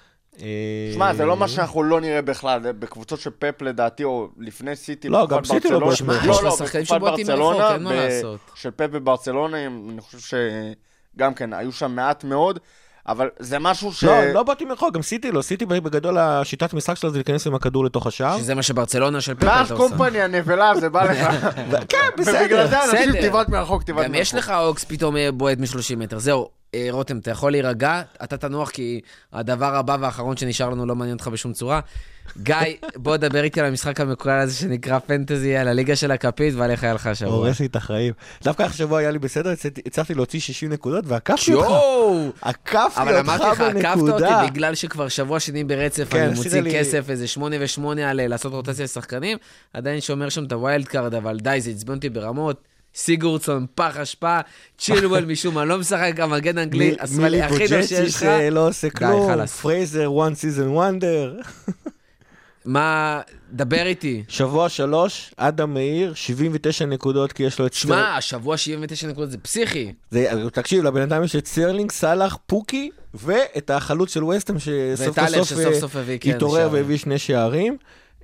Speaker 4: שמע, זה לא מה שאנחנו לא נראה בכלל, בקבוצות של פפ לדעתי, או לפני סיטי,
Speaker 5: לא, גם סיטי לא בועט מרחוק.
Speaker 3: יש לו שחקנים שבועטים מרחוק, אין מה לעשות.
Speaker 4: של פפ בברצלונה, אני חושב שגם כן, היו שם מעט מאוד, אבל זה משהו ש...
Speaker 5: לא בועטים מרחוק, גם סיטי לא. סיטי בגדול, השיטת משחק שלו זה להיכנס עם הכדור לתוך השער.
Speaker 3: שזה מה שברצלונה של פפ
Speaker 4: ואז קומפני הנבלה, זה בא לך.
Speaker 5: כן, בסדר.
Speaker 4: ובגלל זה אנשים תיבעט מרחוק, תיבעט מרחוק.
Speaker 3: גם יש לך אוקס פתאום בועט מ-30 מטר. זהו, רותם, אתה יכול להירגע, אתה תנוח, כי הדבר הבא והאחרון שנשאר לנו לא מעניין אותך בשום צורה. גיא, בוא דבר איתי על המשחק המקולל הזה שנקרא פנטזי, על הליגה של הכפית, ועליך היה לך השבוע.
Speaker 5: הורס לי את החיים. דווקא השבוע היה לי בסדר, הצלחתי להוציא 60 נקודות, ועקפתי אותך. עקפתי אותך בנקודה.
Speaker 3: אבל אמרתי לך, עקפת אותי בגלל שכבר שבוע שני ברצף, אני מוציא כסף, איזה 8 ו8 על לעשות רוטציה לשחקנים, עדיין שומר שם את הווילד קארד, אבל די, זה עצבן אותי ברמות. סיגורדסון, פח אשפה, צ'ילואל משום מה, לא משחק, המגן אנגלי, השמאלי הכי טוב שיש לך.
Speaker 5: לא עושה כלום, פרייזר, one season wonder.
Speaker 3: מה, דבר איתי.
Speaker 5: שבוע 3, אדם מאיר, 79 נקודות, כי יש לו את...
Speaker 3: שמע, השבוע 79 נקודות, זה פסיכי.
Speaker 5: תקשיב, לבן אדם יש את סטרלינג, סלאח, פוקי, ואת החלוץ של ווסטהאם, שסוף סוף התעורר והביא 2 שערים.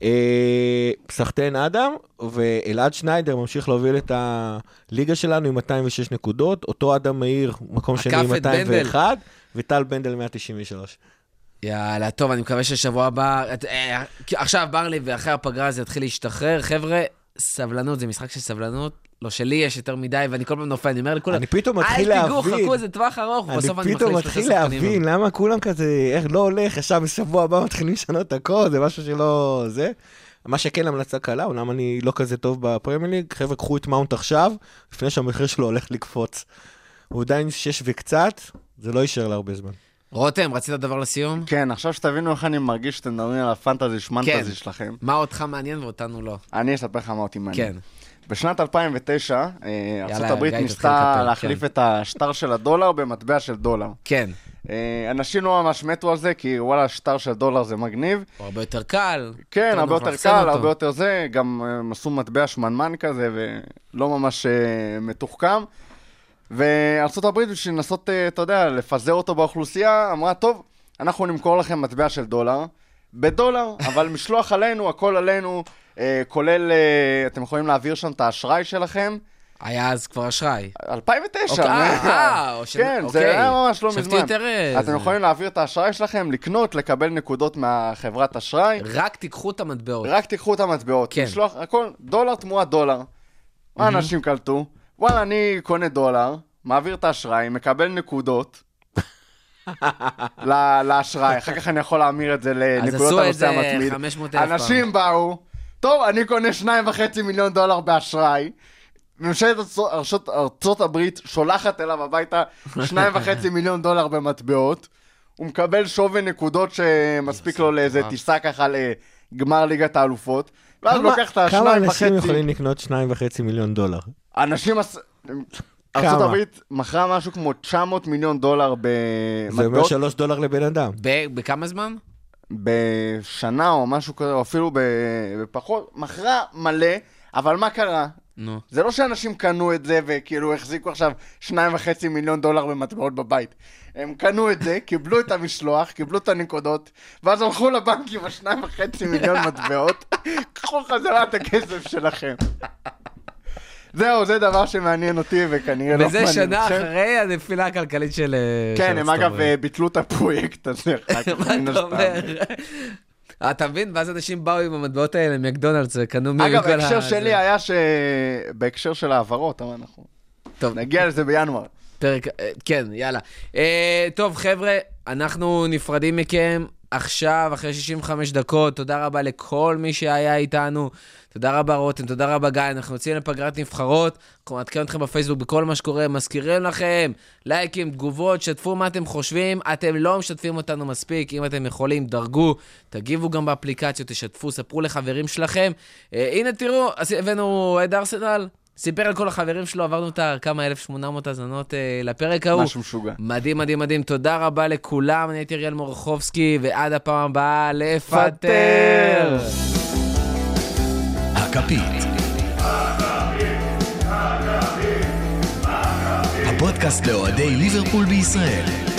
Speaker 5: סחטיין אדם, ואלעד שניידר ממשיך להוביל את הליגה שלנו עם 206 נקודות, אותו אדם מאיר, מקום שני עם 201, וטל בנדל 193.
Speaker 3: יאללה, טוב, אני מקווה ששבוע הבא, עכשיו ברלי ואחרי הפגרה זה יתחיל להשתחרר, חבר'ה, סבלנות, זה משחק של סבלנות, לא שלי יש יותר מדי, ואני כל פעם נופל, אני אומר לכולם,
Speaker 5: אני פתאום מתחיל להבין,
Speaker 3: אל תיגעו, חכו, זה טווח ארוך, ובסוף אני
Speaker 5: פתאום מתחיל להבין, למה כולם כזה, איך לא הולך, עכשיו בשבוע הבא מתחילים לשנות הכל, זה משהו שלא, זה. מה שכן המלצה קלה, אולם אני לא כזה טוב בפרמייר ליג, חבר'ה, קחו את מאונט עכשיו, לפני שהמחיר שלו הולך לקפוץ. הוא עדיין 6 וקצת, זה לא יישאר להרבה זמן.
Speaker 3: רותם, רצית דבר לסיום?
Speaker 4: כן, עכשיו שתבינו איך אני מרגיש שאתם מדברים על הפנטזי שמנטזי שלכם.
Speaker 3: מה אותך מעניין ואותנו לא?
Speaker 4: אני אספר לך מה אותי מעניין.
Speaker 3: כן.
Speaker 4: בשנת 2009, ארצות הברית
Speaker 3: גיא,
Speaker 4: ניסתה
Speaker 3: תתחיל לטפל,
Speaker 4: להחליף
Speaker 3: כן.
Speaker 4: את השטר של הדולר במטבע של דולר.
Speaker 3: כן.
Speaker 4: אנשים לא ממש מתו על זה, כי וואלה, שטר של דולר זה מגניב.
Speaker 3: הוא הרבה יותר קל.
Speaker 4: כן, הרבה
Speaker 3: נוח
Speaker 4: יותר
Speaker 3: לחסום
Speaker 4: קל,
Speaker 3: אותו.
Speaker 4: הרבה יותר זה, גם עשו מטבע שמנמן כזה, ולא ממש מתוחכם. וארצות הברית, בשביל לנסות, אתה יודע, לפזר אותו באוכלוסייה, אמרה, טוב, אנחנו נמכור לכם מטבע של דולר, בדולר, אבל משלוח עלינו, הכל עלינו, כולל, אתם יכולים להעביר שם את האשראי שלכם.
Speaker 3: היה אז כבר אשראי.
Speaker 4: 2009. כן, זה היה ממש לא מזמן. אתם יכולים להעביר את האשראי שלכם, לקנות, לקבל נקודות מהחברת אשראי.
Speaker 3: רק תיקחו את המטבעות.
Speaker 4: רק תיקחו את המטבעות.
Speaker 3: כן.
Speaker 4: משלוח, הכל, דולר תמורת דולר. מה אנשים קלטו? וואלה, אני קונה דולר, מעביר את האשראי, מקבל נקודות לאשראי. אחר כך אני יכול להמיר את זה לנקודות הנושא המתמיד.
Speaker 3: אז עשו את זה 500,000 פעם.
Speaker 4: אנשים באו, טוב, אני קונה $2.5 מיליון באשראי. ממשלת ארצות הברית שולחת אליו הביתה $2.5 מיליון במטבעות. הוא מקבל שווי נקודות שמספיק לו לאיזה טיסה ככה לגמר ליגת האלופות. ואז לוקח את ה-2.5...
Speaker 5: כמה אנשים יכולים לקנות $2.5 מיליון?
Speaker 4: אנשים... ארצות הברית מכרה משהו כמו $900 מיליון במטבעות.
Speaker 5: זה אומר $3 לבן אדם.
Speaker 3: בכמה זמן?
Speaker 4: בשנה או משהו כזה, או אפילו בפחות. מכרה מלא, אבל מה קרה?
Speaker 3: נו.
Speaker 4: זה לא שאנשים קנו את זה וכאילו החזיקו עכשיו $2.5 מיליון במטבעות בבית. הם קנו את זה, קיבלו את המשלוח, קיבלו את הנקודות, ואז הלכו לבנק עם $2.5 מיליון מטבעות, קחו חזרה את הכסף שלכם. זהו, זה דבר שמעניין אותי וכנראה לא מעניין.
Speaker 3: וזה שנה אחרי הנפילה הכלכלית של...
Speaker 4: כן, הם אגב ביטלו את הפרויקט הזה.
Speaker 3: מה אתה אומר? אתה מבין? ואז אנשים באו עם המטבעות האלה מקדונלדס וקנו מכל
Speaker 4: אגב, ההקשר שלי היה בהקשר של העברות, אבל אנחנו נגיע לזה בינואר.
Speaker 3: פרק, כן, יאללה. טוב, חבר'ה, אנחנו נפרדים מכם עכשיו, אחרי 65 דקות. תודה רבה לכל מי שהיה איתנו. תודה רבה רותם, תודה רבה גיא. אנחנו יוצאים לפגרת נבחרות. אנחנו מעדכנים אתכם בפייסבוק בכל מה שקורה. מזכירים לכם, לייקים, תגובות, שתפו מה אתם חושבים. אתם לא משתפים אותנו מספיק. אם אתם יכולים, דרגו. תגיבו גם באפליקציות, תשתפו, ספרו לחברים שלכם. הנה תראו, הבאנו את ארסנל. סיפר על כל החברים שלו, עברנו את כמה 1,800 הזנות לפרק ההוא.
Speaker 4: משהו משוגע.
Speaker 3: מדהים, מדהים, מדהים. תודה רבה לכולם. אני הייתי אריאל מורחובסקי, ועד הפעם הבאה, לפטר.
Speaker 1: הכפית. הפודקאסט לאוהדי ליברפול בישראל.